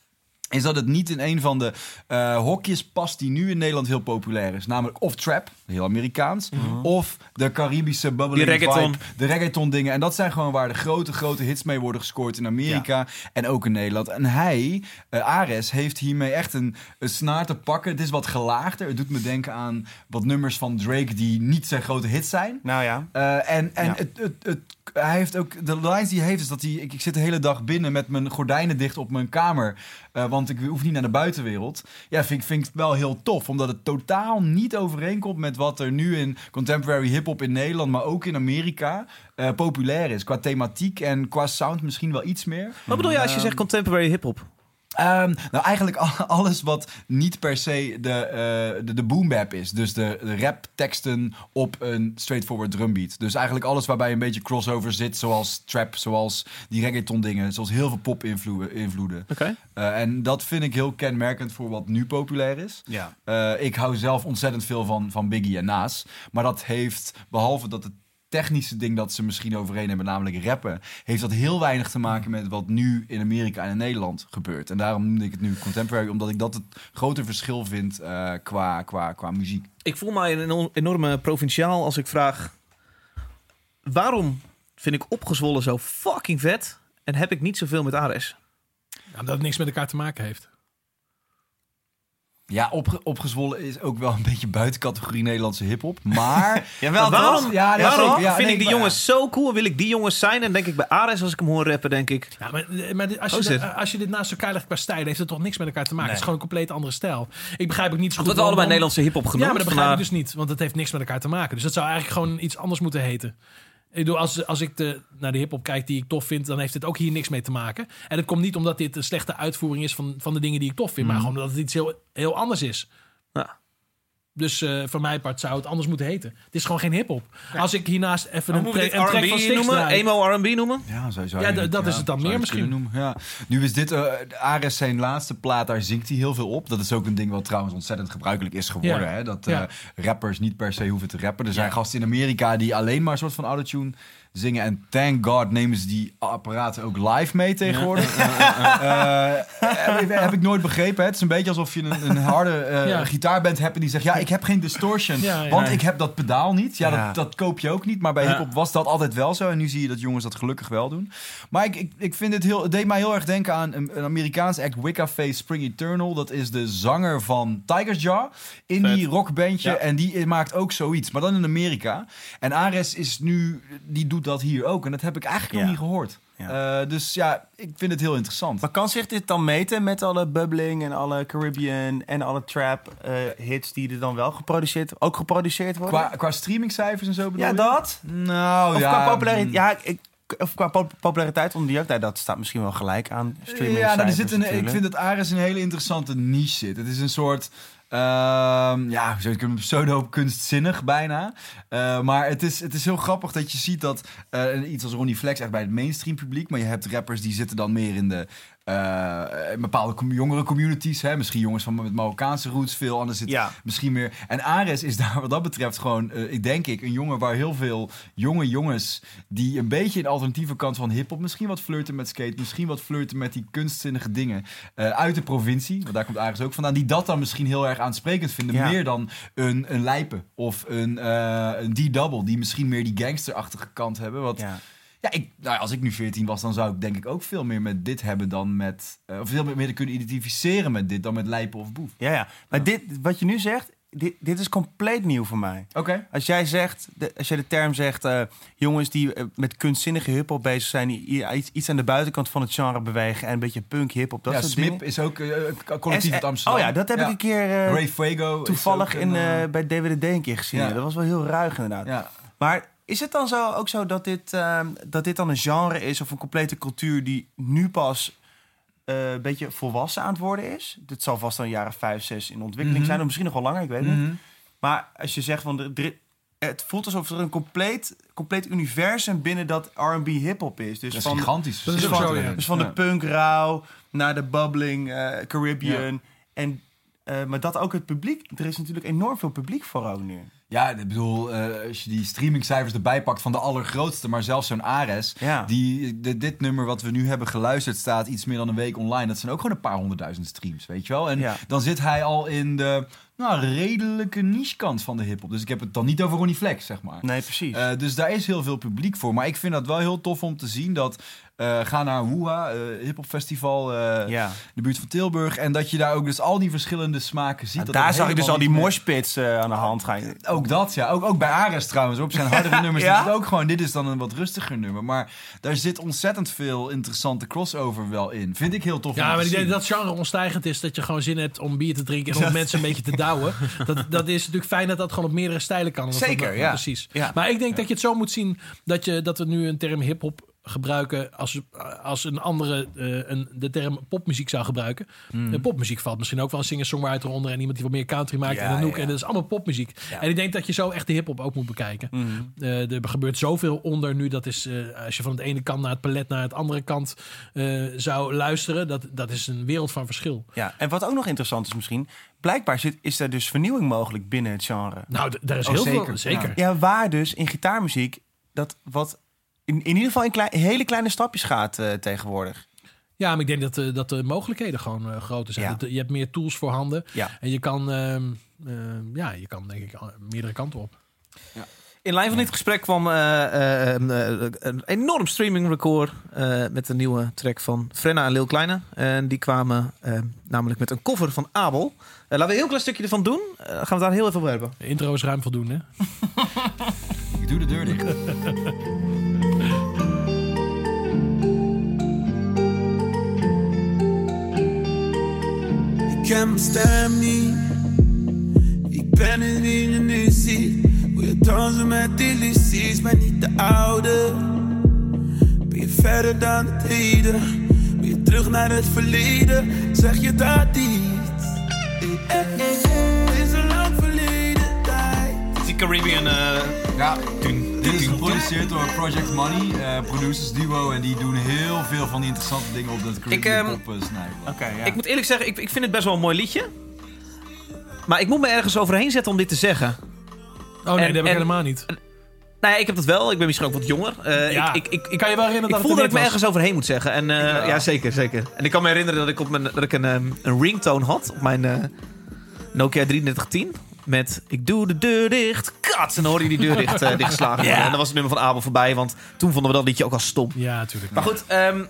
is dat het niet in een van de uh, hokjes past die nu in Nederland heel populair is. Namelijk of trap, heel Amerikaans, mm-hmm. of de Caribische bubbling reggaeton. vibe, de reggaeton dingen. En dat zijn gewoon waar de grote, grote hits mee worden gescoord in Amerika ja. en ook in Nederland. En hij, uh, Ares, heeft hiermee echt een, een snaar te pakken. Het is wat gelaagder. Het doet me denken aan wat nummers van Drake die niet zijn grote hits zijn. Nou ja. Uh, en en ja. het, het, het, hij heeft ook, de lines die hij heeft is dat hij, ik, ik zit de hele dag binnen met mijn gordijnen dicht op mijn kamer. Uh, want ik hoef niet naar de buitenwereld. Ja, vind, vind ik het wel heel tof. Omdat het totaal niet overeenkomt met wat er nu in contemporary hip-hop in Nederland, maar ook in Amerika, uh, populair is. Qua thematiek en qua sound misschien wel iets meer. Wat bedoel je als je um, zegt contemporary hip-hop? Um, nou, eigenlijk alles wat niet per se de, uh, de, de boom bap is. Dus de, de rapteksten op een straightforward drumbeat. Dus eigenlijk alles waarbij een beetje crossover zit, zoals trap, zoals die reggaeton dingen, zoals heel veel pop-invloeden. Okay. Uh, en dat vind ik heel kenmerkend voor wat nu populair is. Ja. Uh, ik hou zelf ontzettend veel van, van Biggie en Nas. Maar dat heeft, behalve dat het technische ding dat ze misschien overeen hebben, namelijk rappen, heeft dat heel weinig te maken met wat nu in Amerika en in Nederland gebeurt. En daarom noemde ik het nu contemporary, omdat ik dat het grote verschil vind uh, qua, qua, qua muziek. Ik voel mij een enorme provinciaal als ik vraag, waarom vind ik Opgezwollen zo fucking vet en heb ik niet zoveel met Ares? Ja, omdat het niks met elkaar te maken heeft. Ja, opge- opgezwollen is ook wel een beetje buiten categorie Nederlandse hiphop. Maar Jawel, waarom, ja, ja, waarom ja, vind nee, ik die maar, jongens zo cool? Wil ik die jongens zijn? En denk ik bij Ares, als ik hem hoor rappen, denk ik... Ja, maar, maar als, je de, als je dit naast elkaar legt qua stijl, heeft het toch niks met elkaar te maken. Nee. Het is gewoon een compleet andere stijl. Ik begrijp ook niet zo goed... Want we allebei Nederlandse hiphop genoemd. Ja, maar dat begrijp vandaar... ik dus niet. Want het heeft niks met elkaar te maken. Dus dat zou eigenlijk gewoon iets anders moeten heten. Ik bedoel, als, als ik de, naar de hiphop kijk die ik tof vind, dan heeft het ook hier niks mee te maken. En het komt niet omdat dit een slechte uitvoering is van, van de dingen die ik tof vind. Mm. Maar gewoon omdat het iets heel, heel anders is. Ja. Dus uh, voor mijn part zou het anders moeten heten. Het is gewoon geen hiphop. Ja. Als ik hiernaast even een, tra- een track van Styx noemen, draai... Emo R en B noemen? Ja, zo zou ja, je d- dat ja, is het dan meer misschien. Ja. Nu is dit, uh, Ares zijn laatste plaat, daar zingt hij heel veel op. Dat is ook een ding wat trouwens ontzettend gebruikelijk is geworden. Ja. Hè? Dat uh, ja. rappers niet per se hoeven te rappen. Er zijn ja. gasten in Amerika die alleen maar een soort van autotune zingen. En thank God nemen ze die apparaten ook live mee tegenwoordig. Ja. uh, uh, heb ik nooit begrepen. Hè? Het is een beetje alsof je een, een harde uh, ja. gitaarband hebt en die zegt, ja, ik heb geen distortion, ja, ja, want ja. ik heb dat pedaal niet. Ja, ja. Dat, dat koop je ook niet. Maar bij ja. hiphop was dat altijd wel zo. En nu zie je dat jongens dat gelukkig wel doen. Maar ik, ik, ik vind het heel, het deed mij heel erg denken aan een, een Amerikaans act, Wicca Face Spring Eternal. Dat is de zanger van Tiger's Jaw. Indie rockbandje. Ja. En die maakt ook zoiets. Maar dan in Amerika. En Ares is nu, die doet dat hier ook. En dat heb ik eigenlijk ja. nog niet gehoord. Ja. Uh, dus ja, ik vind het heel interessant. Maar kan zich dit dan meten met alle bubbling en alle Caribbean en alle trap uh, hits die er dan wel geproduceerd, ook geproduceerd worden? Qua, qua streamingcijfers en zo bedoel ja, je? dat? Nou, of ja. Qua populariteit, ja, ik, of qua populariteit onder die ook, dat staat misschien wel gelijk aan streamingcijfers. Ja, nou, er zit een, ik vind dat Ares een hele interessante niche zit. Het is een soort... Uh, ja, zo kunnen pseudo-kunstzinnig bijna. Uh, maar het is, het is heel grappig dat je ziet dat uh, iets als Ronnie Flex echt bij het mainstream publiek, maar je hebt rappers die zitten dan meer in de uh, in bepaalde com- jongere communities. Hè? Misschien jongens van met Marokkaanse roots veel, anders zit ja. misschien meer. En Ares is daar wat dat betreft gewoon, uh, ik denk ik, een jongen waar heel veel jonge jongens die een beetje in de alternatieve kant van hiphop, misschien wat flirten met skate, misschien wat flirten met die kunstzinnige dingen uh, uit de provincie, want daar komt Ares ook vandaan, die dat dan misschien heel erg aansprekend vinden, ja. meer dan een, een lijpe of een, uh, een D-double, die misschien meer die gangsterachtige kant hebben. Wat, ja. Ja, ik, nou, als ik nu veertien was, dan zou ik denk ik ook veel meer met dit hebben dan met, uh, of veel meer kunnen identificeren met dit dan met lijpe of boef. Ja, ja. Maar ja. dit, wat je nu zegt, dit, dit is compleet nieuw voor mij. Oké. Okay. Als jij zegt, de, als jij de term zegt, uh, jongens die uh, met kunstzinnige hiphop bezig zijn, die iets, iets aan de buitenkant van het genre bewegen en een beetje punk hiphop, dat ja, soort Smip dingen. is ook uh, collectief uit Amsterdam. Oh ja, dat heb ja. ik een keer uh, Ray Fuego toevallig in, uh, uh, bij D W D een keer gezien. Ja. Dat was wel heel ruig inderdaad. Ja. Maar is het dan zo, ook zo dat dit, uh, dat dit dan een genre is of een complete cultuur die nu pas uh, een beetje volwassen aan het worden is? Dit zal vast al jaren vijf, zes in ontwikkeling mm-hmm. zijn, of misschien nog wel langer, ik weet het mm-hmm. niet. Maar als je zegt van de, de, het voelt alsof er een compleet, compleet universum binnen dat R en B hip-hop is. Dus dat is van, gigantisch. Dus, dus van, zo, ja. dus van ja. de punk rauw naar de bubbling uh, Caribbean. Ja. En, uh, maar dat ook het publiek. Er is natuurlijk enorm veel publiek voor ook nu. Ja, ik bedoel, uh, als je die streamingcijfers erbij pakt van de allergrootste, maar zelfs zo'n Ares, ja. die de, dit nummer wat we nu hebben geluisterd staat iets meer dan een week online. Dat zijn ook gewoon een paar honderdduizend streams, weet je wel? En ja. dan zit hij al in de nou, redelijke niche-kant van de hiphop. Dus ik heb het dan niet over Ronnie Flex, zeg maar. Nee, precies. Uh, dus daar is heel veel publiek voor. Maar ik vind dat wel heel tof om te zien dat Uh, ga naar Woeha, uh, hiphop festival, uh, ja. de buurt van Tilburg. En dat je daar ook dus al die verschillende smaken ziet. Ja, dat daar zag ik dus al die moshpits uh, aan de hand gaan. Ook dat, ja. Ook, ook bij Ares trouwens. Op zijn hardere nummers ja? is het ook gewoon. Dit is dan een wat rustiger nummer. Maar daar zit ontzettend veel interessante crossover wel in. Vind ik heel tof. Ja, maar ik denk dat genre onstijgend is. Dat je gewoon zin hebt om bier te drinken en om ja. mensen een beetje te douwen. Dat, dat is natuurlijk fijn dat dat gewoon op meerdere stijlen kan. Zeker, dat, ja. Precies. Ja. Maar ik denk ja. dat je het zo moet zien dat, je, dat we nu een term hiphop gebruiken als, als een andere uh, een, de term popmuziek zou gebruiken. Mm. De popmuziek valt misschien ook wel een singer-songwriter onder en iemand die wat meer country maakt ja, en een hoek. Ja. En dat is allemaal popmuziek. Ja. En ik denk dat je zo echt de hiphop ook moet bekijken. Mm. Uh, er gebeurt zoveel onder nu. Dat is uh, als je van het ene kant naar het palet naar het andere kant uh, zou luisteren. Dat, dat is een wereld van verschil. Ja, en wat ook nog interessant is misschien, blijkbaar zit, is er dus vernieuwing mogelijk binnen het genre. Nou, d- daar is oh, heel zeker. veel. Zeker. Ja. ja, waar dus in gitaarmuziek dat wat in, in ieder geval in klei, hele kleine stapjes gaat uh, tegenwoordig. Ja, maar ik denk dat, uh, dat de mogelijkheden gewoon uh, groter zijn. Ja. Dat, uh, je hebt meer tools voorhanden. Ja. En je kan, uh, uh, ja, je kan denk ik meerdere kanten op. Ja. In lijn van dit gesprek kwam uh, uh, uh, een enorm streaming record uh, met een nieuwe track van Frenna en Lil Kleine. En die kwamen uh, namelijk met een cover van Abel. Uh, laten we een heel klein stukje ervan doen. Uh, gaan we het daar heel even over hebben. De intro is ruim voldoende. Ik doe de deur dicht. Ik ken mijn stem niet. Ik ben het die je nu ziet. Wil je dansen met illusies, maar niet de oude. Ben je verder dan het heden? Ben je terug naar het verleden? Zeg je dat niet? Het is een lang verleden tijd. Die Caribbean... Uh... Ja, dit is geproduceerd door Project Money, uh, producers duo. En die doen heel veel van die interessante dingen op dat Caribbean ik, um, pop uh, snijden. Okay, ja. Ik moet eerlijk zeggen, ik, ik vind het best wel een mooi liedje. Maar ik moet me ergens overheen zetten om dit te zeggen. Oh nee, en, dat heb ik en, helemaal niet. En, nou ja, ik heb dat wel. Ik ben misschien ook wat jonger. Uh, ja, ik, ik, ik, kan je wel herinneren ik dat voel dat ik me was? ergens overheen moet zeggen. En, uh, ja. ja, zeker, zeker. En ik kan me herinneren dat ik, op mijn, dat ik een, um, een ringtone had op mijn uh, Nokia drieëndertig tien. Met ik doe de deur dicht. Kats! En dan hoorde je die deur dicht, uh, dichtgeslagen. Ja. En dan was het nummer van Abel voorbij. Want toen vonden we dat liedje ook al stom. Ja, natuurlijk. Maar goed, um,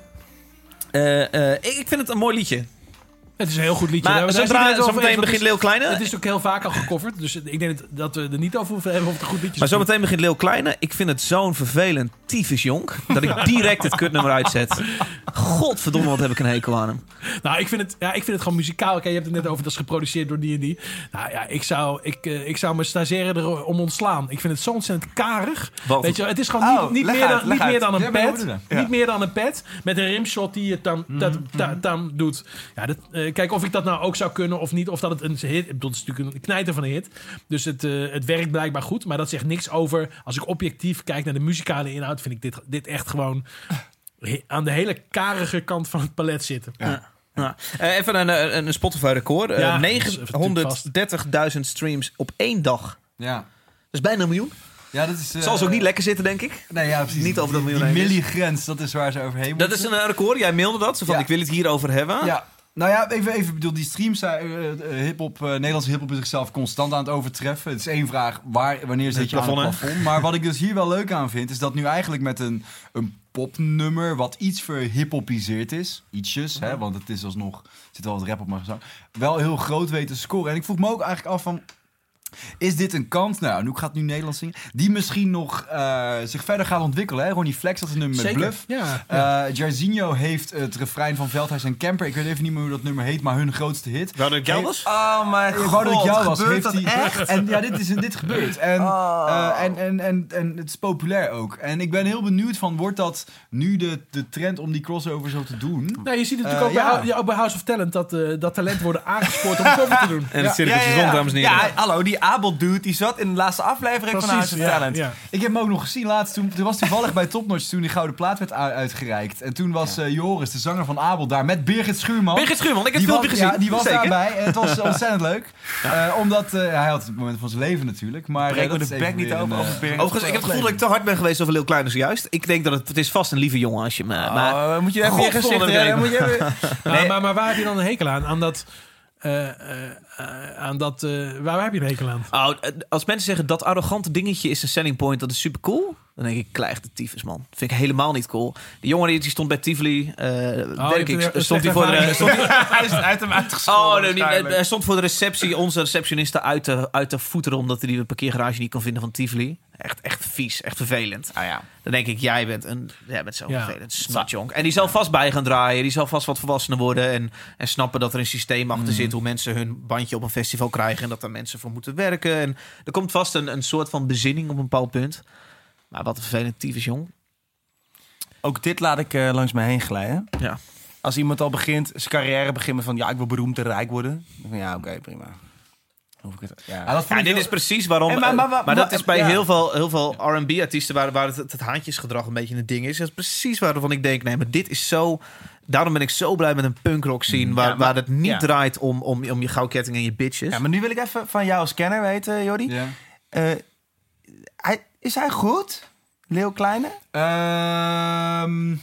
uh, uh, ik, ik vind het een mooi liedje. Het is een heel goed liedje. Maar daar, zodra, daar zometeen begint Lil Kleine... Het is ook heel vaak al gecoverd. Dus ik denk dat we er niet over hoeven hebben of het een goed liedje is. Maar zometeen begint Lil Kleine. Ik vind het zo'n vervelend tyfusjonk dat ik direct het kutnummer uitzet. Godverdomme, wat heb ik een hekel aan hem. Nou, ik vind het, ja, ik vind het gewoon muzikaal. Kijk, je hebt het net over, dat is geproduceerd door die en die. Nou ja, ik zou, ik, uh, ik zou mijn stagiaire erom ontslaan. Ik vind het zo ontzettend karig. Wat? Weet je, het is gewoon niet, oh, niet, meer, uit, dan, niet meer dan een ja, pad. Ja. Niet meer dan een pad. Met een rimshot die je dan, mm-hmm. tam, tam doet. Ja, dat, uh, kijk, of ik dat nou ook zou kunnen of niet. Of dat het een hit... Ik bedoel, het is natuurlijk een knijter van een hit. Dus het, uh, het werkt blijkbaar goed. Maar dat zegt niks over... Als ik objectief kijk naar de muzikale inhoud... vind ik dit, dit echt gewoon... aan de hele karige kant van het palet zitten. Ja. Ja. Uh, even een, een Spotify-record. Uh, ja, negenhonderddertigduizend streams op één dag. Ja. Dat is bijna een miljoen. Ja, dat is, uh, zal ze ook niet lekker zitten, denk ik. Nee, ja, precies. Niet over dat miljoen heen. Die milligrens, dat is waar ze overheen moeten. Dat is een record. Jij mailde dat. Zo van, ja. Ik wil het hierover hebben. Ja. Nou ja, even, even bedoel, die streams, uh, uh, hip-hop, uh, Nederlandse hip-hop is zichzelf constant aan het overtreffen. Het is één vraag, waar, wanneer zit je aan het plafond? Maar wat ik dus hier wel leuk aan vind, is dat nu eigenlijk met een, een popnummer, wat iets verhiphopiseerd is, ietsjes, mm-hmm. hè, want het is alsnog, er zit wel wat rap op mijn gezang, wel heel groot weten te scoren. En ik vroeg me ook eigenlijk af van, is dit een kans, nou, hoe gaat het nu Nederlands zingen, die misschien nog uh, zich verder gaat ontwikkelen? Hè? Ronnie Flex had een nummer met Zeker. Bluff. Ja, ja. Uh, Jarzinho heeft het refrein van Veldhuis en Kemper. Ik weet even niet meer hoe dat nummer heet, maar hun grootste hit. Wou dat ik jou was? Oh mijn god, wou dat ik jou was. Gebeurt heeft dat hij, echt? En ja, dit is dit gebeurt. En, oh. uh, en, en, en, en het is populair ook. En ik ben heel benieuwd van, wordt dat nu de, de trend om die crossover zo te doen? Nou, je ziet het natuurlijk uh, ook, ja. bij, ook bij House of Talent, dat, uh, dat talent worden aangespoord om een cover te doen. En het cirkeltje ja, ja, ja. Zon, dames en heren. Ja, hallo, die die Abel dude, die zat in de laatste aflevering Precies, van House of ja, Talent. ja. Ik heb hem ook nog gezien laatst. Toen, toen was toevallig bij Top Notch toen die Gouden Plaat werd u- uitgereikt. En toen was uh, Joris, de zanger van Abel, daar met Birgit Schuurman. Birgit Schuurman, ik heb die het filmpje was, gezien. Ja, die was Zeker. daarbij. En het was ontzettend leuk. Ja. Uh, omdat uh, hij had het moment van zijn leven natuurlijk. Maar Breek uh, me dat de is bek even niet weer open een, over uh, Birgit. Overigens, ik heb het gevoel dat ik te hard ben geweest over Leeuw Kleine zojuist. Ik denk dat het, het is vast een lieve jongen als je me... Oh, maar, moet je even je gezicht... Godverdomme, Ja, moet je even... Maar, Nee. maar, maar waar heb je dan een hekel aan? Aan dat... Uh, uh, uh, aan dat uh, waar, waar heb je een hekel aan? Oh, als mensen zeggen dat arrogante dingetje is een selling point, dat is super cool. Dan denk ik, krijg de tyfus, man. Dat vind ik helemaal niet cool. Die jongen die, die stond bij Tivoli. Uh, Oh, denk je ik, hebt een stond hij slechte voor de... ervaring. Stond hij, Hij is uit hem uitgescholden. oh, nee, niet, waarschijnlijk. hij stond voor de receptie, onze receptioniste uit te, uit te voeteren, omdat hij die parkeergarage niet kon vinden van Tivoli. Echt, echt vies, echt vervelend. Ah, ja. Dan denk ik, jij bent een, jij bent zo Ja. vervelend snotjonk. En die zal vast bij gaan draaien. Die zal vast wat volwassener worden. En, en snappen dat er een systeem achter zit. Hoe mensen hun bandje op een festival krijgen. En dat daar mensen voor moeten werken. En er komt vast een, een soort van bezinning op een bepaald punt. Maar wat een vervelend tyfus jong. Ook dit laat ik uh, langs me heen glijden. Ja. Als iemand al begint, zijn carrière begint met van... ja, ik wil beroemd en rijk worden. Dan van, ja, oké, okay, prima. Hoef ik het, ja. Ja, dat vond Ja, ik dit heel- is precies waarom... En Maar, maar- maar- maar, maar- dat is bij ja. heel veel, heel veel R en B-artiesten... waar, waar het, het haantjesgedrag een beetje een ding is. Dat is precies waarvan ik denk... nee, maar dit is zo... Daarom ben ik zo blij met een punkrock scene... waar, Ja, maar- waar het niet ja. draait om, om, om je goudketting en je bitches. Ja, maar nu wil ik even van jou als kenner weten, Jordi. Ja. Uh, hij, is hij goed? Leeuw Kleine? Ehm,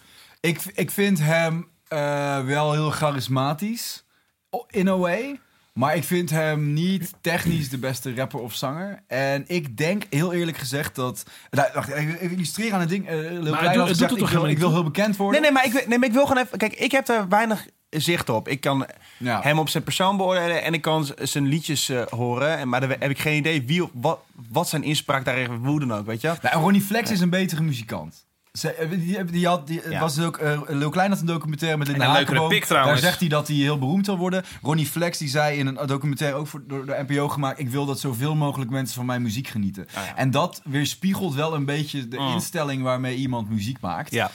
ik, ik vind hem uh, wel heel charismatisch. In a way. Maar ik vind hem niet technisch de beste rapper of zanger. En ik denk, heel eerlijk gezegd, dat... Nou, wacht, ik illustreer aan het ding. Uh, Leeuw het Kleine doet- had het gezegd, doet er toch ik, wil, helemaal ik wil niet heel bekend worden. Nee, nee, maar ik, nee, maar ik wil gewoon even... Kijk, ik heb er weinig zicht op. Ik kan Ja. hem op zijn persoon beoordelen en ik kan z- zijn liedjes uh, horen. En, maar dan heb ik geen idee wie, of wat, wat zijn inspraak daar heeft, hoe dan ook, weet je? Nou, Ronnie Flex is een betere muzikant. Ze, die, die had, die, Ja. was ook, uh, Leeuw Klein had een documentaire met Linda En een leukere Hakenboom. pik trouwens. Daar zegt hij dat hij heel beroemd wil worden. Ronnie Flex die zei in een documentaire, ook voor, door de N P O gemaakt... ik wil dat zoveel mogelijk mensen van mijn muziek genieten. Ah, ja. En dat weerspiegelt wel een beetje de Mm. instelling waarmee iemand muziek maakt. Ja.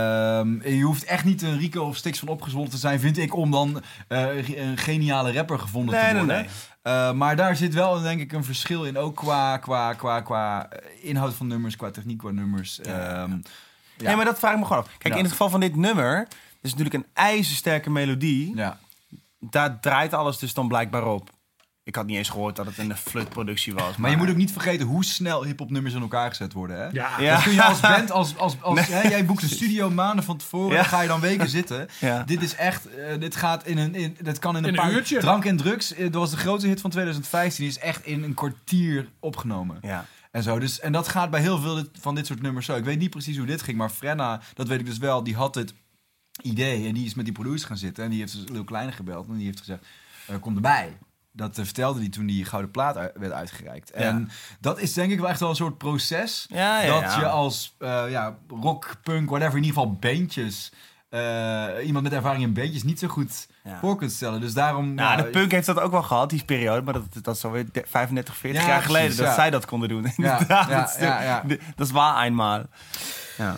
Um, je hoeft echt niet een Rico of Stix van opgezwollen te zijn, vind ik, om dan uh, een geniale rapper gevonden Nee, te nee, worden. nee. Uh, maar daar zit wel, denk ik, een verschil in. Ook qua, qua, qua, qua inhoud van nummers, qua techniek qua nummers. Ja. Um, ja. Nee, maar dat vraag ik me gewoon af. Kijk, Ja. in het geval van dit nummer... is natuurlijk een ijzersterke melodie. Ja. Daar draait alles dus dan blijkbaar op. Ik had niet eens gehoord dat het een flutproductie was. Maar, Maar je moet ook niet vergeten hoe snel hiphop nummers in elkaar gezet worden. Hè? Ja. Ja. Dat kun je als band, als, als, als hè, jij boekt een studio maanden van tevoren, Ja. dan ga je dan weken zitten. Ja. Dit is echt, uh, dit gaat in een, in, dit kan in een, In een paar uurtje. Drank en Drugs. uh, Dat was de grootste hit van twintig vijftien. Die is echt in een kwartier opgenomen. Ja. En, zo. Dus, en dat gaat bij heel veel dit- van dit soort nummers zo. Ik weet niet precies hoe dit ging, maar Frenna, dat weet ik dus wel, die had het idee en die is met die producer gaan zitten en die heeft dus Leeuw Kleine gebeld en die heeft gezegd, uh, kom erbij. Dat uh, vertelde hij toen die gouden plaat uit- werd uitgereikt. Ja. En dat is denk ik wel echt wel een soort proces. Ja, ja, dat ja. je als uh, ja, rock, punk, whatever, in ieder geval bandjes, uh, iemand met ervaring in bandjes niet zo goed Ja. voor kunt stellen. Dus daarom... Nou, ja, de punk heeft dat ook wel gehad, die periode. Maar dat, dat is alweer de- vijfendertig, veertig Ja, jaar geleden precies, dat ja. zij dat konden doen. Ja, Inderdaad, ja, dat, is, ja, ja. dat is waar eenmaal. Ja.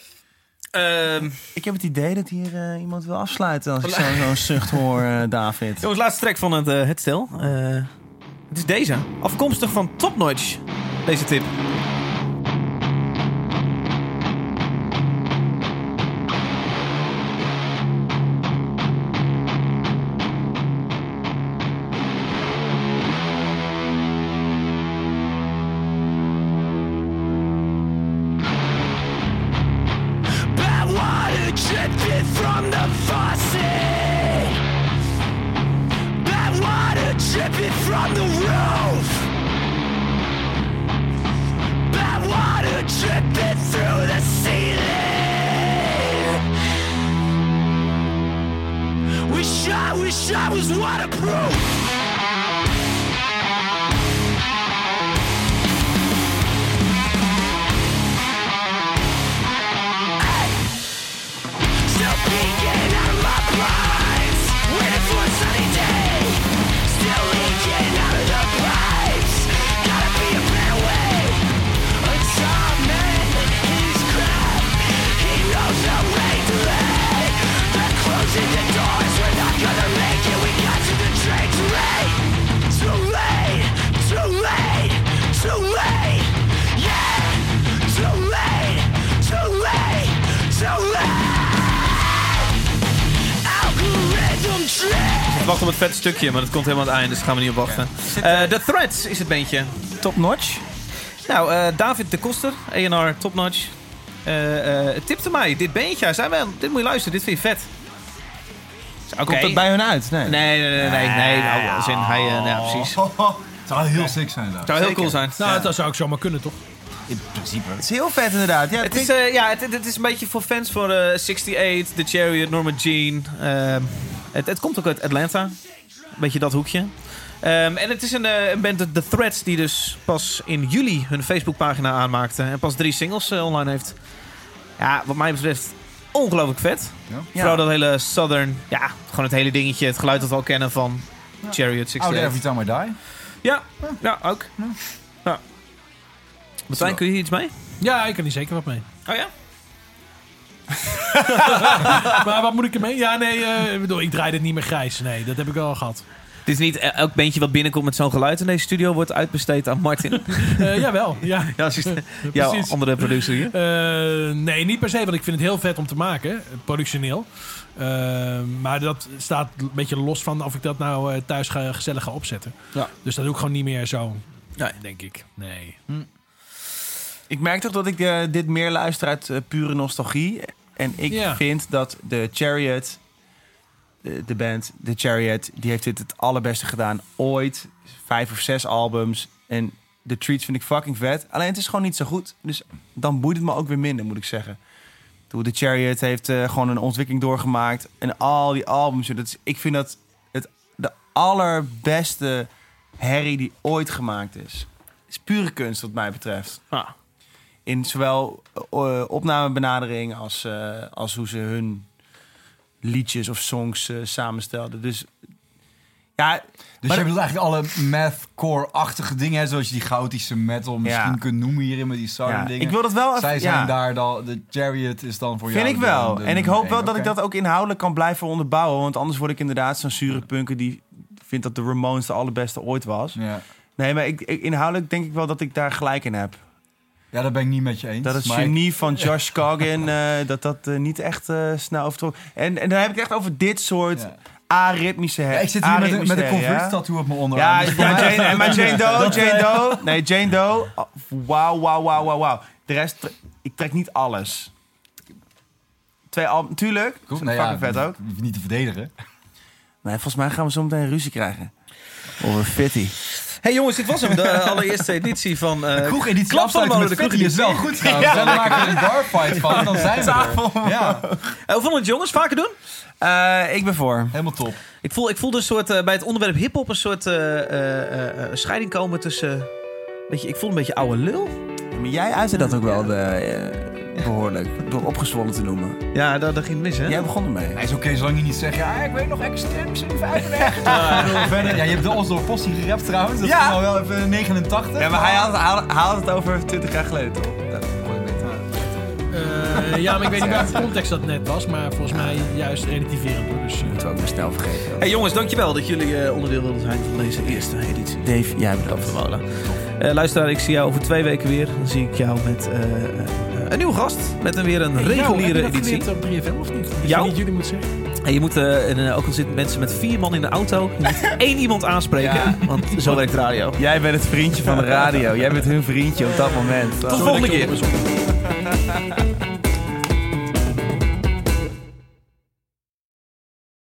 Ehm, Ik heb het idee dat hier uh, iemand wil afsluiten als ik zo- zo'n zucht hoor, uh, David. jongens, laatste track van het, uh, het stel. Uh, het is deze. Afkomstig van Top Notch. Deze tip. Bad water dripping from the faucet. Bad water dripping from the roof. Bad water dripping through the ceiling. We shot, we shot was waterproof. Still peeking out of my blinds, waiting for a sunny day. Still leaking out of the pipes. Gotta be a better way. A tall man, he's crap. He knows the way to lay. They're closing the doors. We're not gonna make it. We got to the train to wachten op het vette stukje, maar dat komt helemaal aan het einde, dus daar gaan we niet op wachten. Ja. Uh, The Threads is het bandje. Top notch. Nou, uh, David de Koster, A en R, Top Notch. Uh, uh, tipte mij, dit bandje, hij zei wel, dit moet je luisteren, dit vind je vet. Okay. Komt het bij hun uit? Nee, nee, nee, nee, nee, nee nou, als in hij, uh, nou, precies. Het zou heel sick zijn daar. Het zou heel cool zijn. Nou, ja. dat zou ik zomaar kunnen, toch? In principe. Het is heel vet inderdaad. Ja, het, is, uh, ja, het, het is een beetje voor fans voor uh, achtenzestig, The Chariot, Norma Jean. Uh, het, het komt ook uit Atlanta. Een beetje dat hoekje. Um, en het is een, uh, een band, The Threads, die dus pas in juli hun Facebookpagina aanmaakte. En pas drie singles uh, online heeft. Ja, wat mij betreft ongelooflijk vet. Ja. Vooral dat hele Southern, ja, gewoon het hele dingetje. Het geluid dat we al kennen van ja. Chariot achtenzestig. Oh, Every Time I Die? Ja, ja, ja ook. Ja. Ja. Martijn, kun je hier iets mee? Ja, ik kan hier zeker wat mee. Oh ja? Maar wat moet ik ermee? Ja, nee, uh, ik bedoel, ik draai dit niet meer grijs. Nee, dat heb ik al gehad. Het is niet elk bandje wat binnenkomt met zo'n geluid in deze studio wordt uitbesteed aan Martin. uh, jawel, ja. Ja, is jouw andere producer hier? Uh, nee, niet per se, want ik vind het heel vet om te maken, productioneel. Uh, maar dat staat een beetje los van of ik dat nou uh, thuis ga, gezellig ga opzetten. Ja. Dus dat doe ik gewoon niet meer zo, ja, denk ik. Nee. Hm. Ik merk toch dat ik uh, dit meer luister uit uh, pure nostalgie. En ik ja. vind dat de Chariot, de, de band, de Chariot, die heeft dit het allerbeste gedaan ooit. Vijf of zes albums. En The Treats vind ik fucking vet. Alleen het is gewoon niet zo goed. Dus dan boeit het me ook weer minder, moet ik zeggen. De Chariot heeft uh, gewoon een ontwikkeling doorgemaakt. En al die albums. Dat is, ik vind dat het de allerbeste herrie die ooit gemaakt is. Het is pure kunst wat mij betreft. Ah. In zowel uh, opnamebenadering als, uh, als hoe ze hun liedjes of songs uh, samenstelden. Dus ja... Dus je bedoelt eigenlijk alle mathcore-achtige dingen, hè, zoals je die gotische metal misschien ja. kunt noemen hierin met die southern ja. dingen. Ik wil dat wel. Zij zijn ja. daar dan. De Chariot is dan voor Vind jou. Vind ik wel. De, de, en ik hoop wel één. dat okay. ik dat ook inhoudelijk kan blijven onderbouwen, want anders word ik inderdaad zo'n zure punker die vindt dat de Ramones de allerbeste ooit was. Ja. Nee, maar ik, ik, inhoudelijk denk ik wel dat ik daar gelijk in heb. Ja, dat ben ik niet met je eens. Dat het genie ik... van Josh Coggin, uh, dat dat uh, niet echt uh, snel overtrok. En, en dan heb ik het echt over dit soort... Ja. Aritmische her. Ja, ik zit hier met een, met een convert tattoo op mijn onderarm. Ja, dus ja Jane, en maar Jane Doe, Jane Doe. Nee, Jane Doe. Wauw, wauw, wauw, wauw, wauw. De rest, tre- ik trek niet alles. Twee albums, tuurlijk. Goed, nou ja, vet ook. Niet te verdedigen. Nee, volgens mij gaan we zo meteen ruzie krijgen. Over Fitty. Hey jongens, dit was hem, de allereerste editie van... Uh, de kroegeditie afsluiten met Fitty is wel goed trouwens. Ja. Dan maken we een barfight van, dan zijn we er. Ja. Uh, hoe vonden het jongens? Vaker doen? Uh, ik ben voor. Helemaal top. Ik voel, ik voel dus een soort, uh, bij het onderwerp hiphop een soort uh, uh, uh, scheiding komen tussen... Uh, beetje, ik voel een beetje oude lul. Ja, maar jij uitte dat ook wel de, uh, behoorlijk. Door opgezwollen te noemen. Ja, dat, dat ging mis, hè? Jij begon ermee. Hij is oké, okay, zolang je niet zegt... Ja, ik weet nog extreem zevenenvijftig. Ja, verder. Ja, je hebt de ons door Possie gerapt trouwens. Dat ja. is al wel even negenentachtig. Ja, maar hij had, hij, had, hij had het over twintig jaar geleden, toch? Dat Uh, ja, maar ik weet niet welke context dat net was. Maar volgens mij juist relativerend. Dus, uh, moeten we ook maar snel vergeten. Hey jongens, dankjewel dat jullie uh, onderdeel wilden zijn van deze eerste editie. Dave, jij bedankt. Van de Molen. Uh, luisteraar, ik zie jou over twee weken weer. Dan zie ik jou met uh, uh, een nieuwe gast. Met een weer een hey, reguliere jou, editie. Heb je dat op drie F M of niet? Dat jou? Je niet jullie moet zeggen. Hey, je moet, uh, en, uh, ook al zitten mensen met vier man in de auto, je moet één iemand aanspreken. Ja. Want zo werkt radio. Jij bent het vriendje van de radio. Jij bent hun vriendje op dat moment. Tot de volgende keer.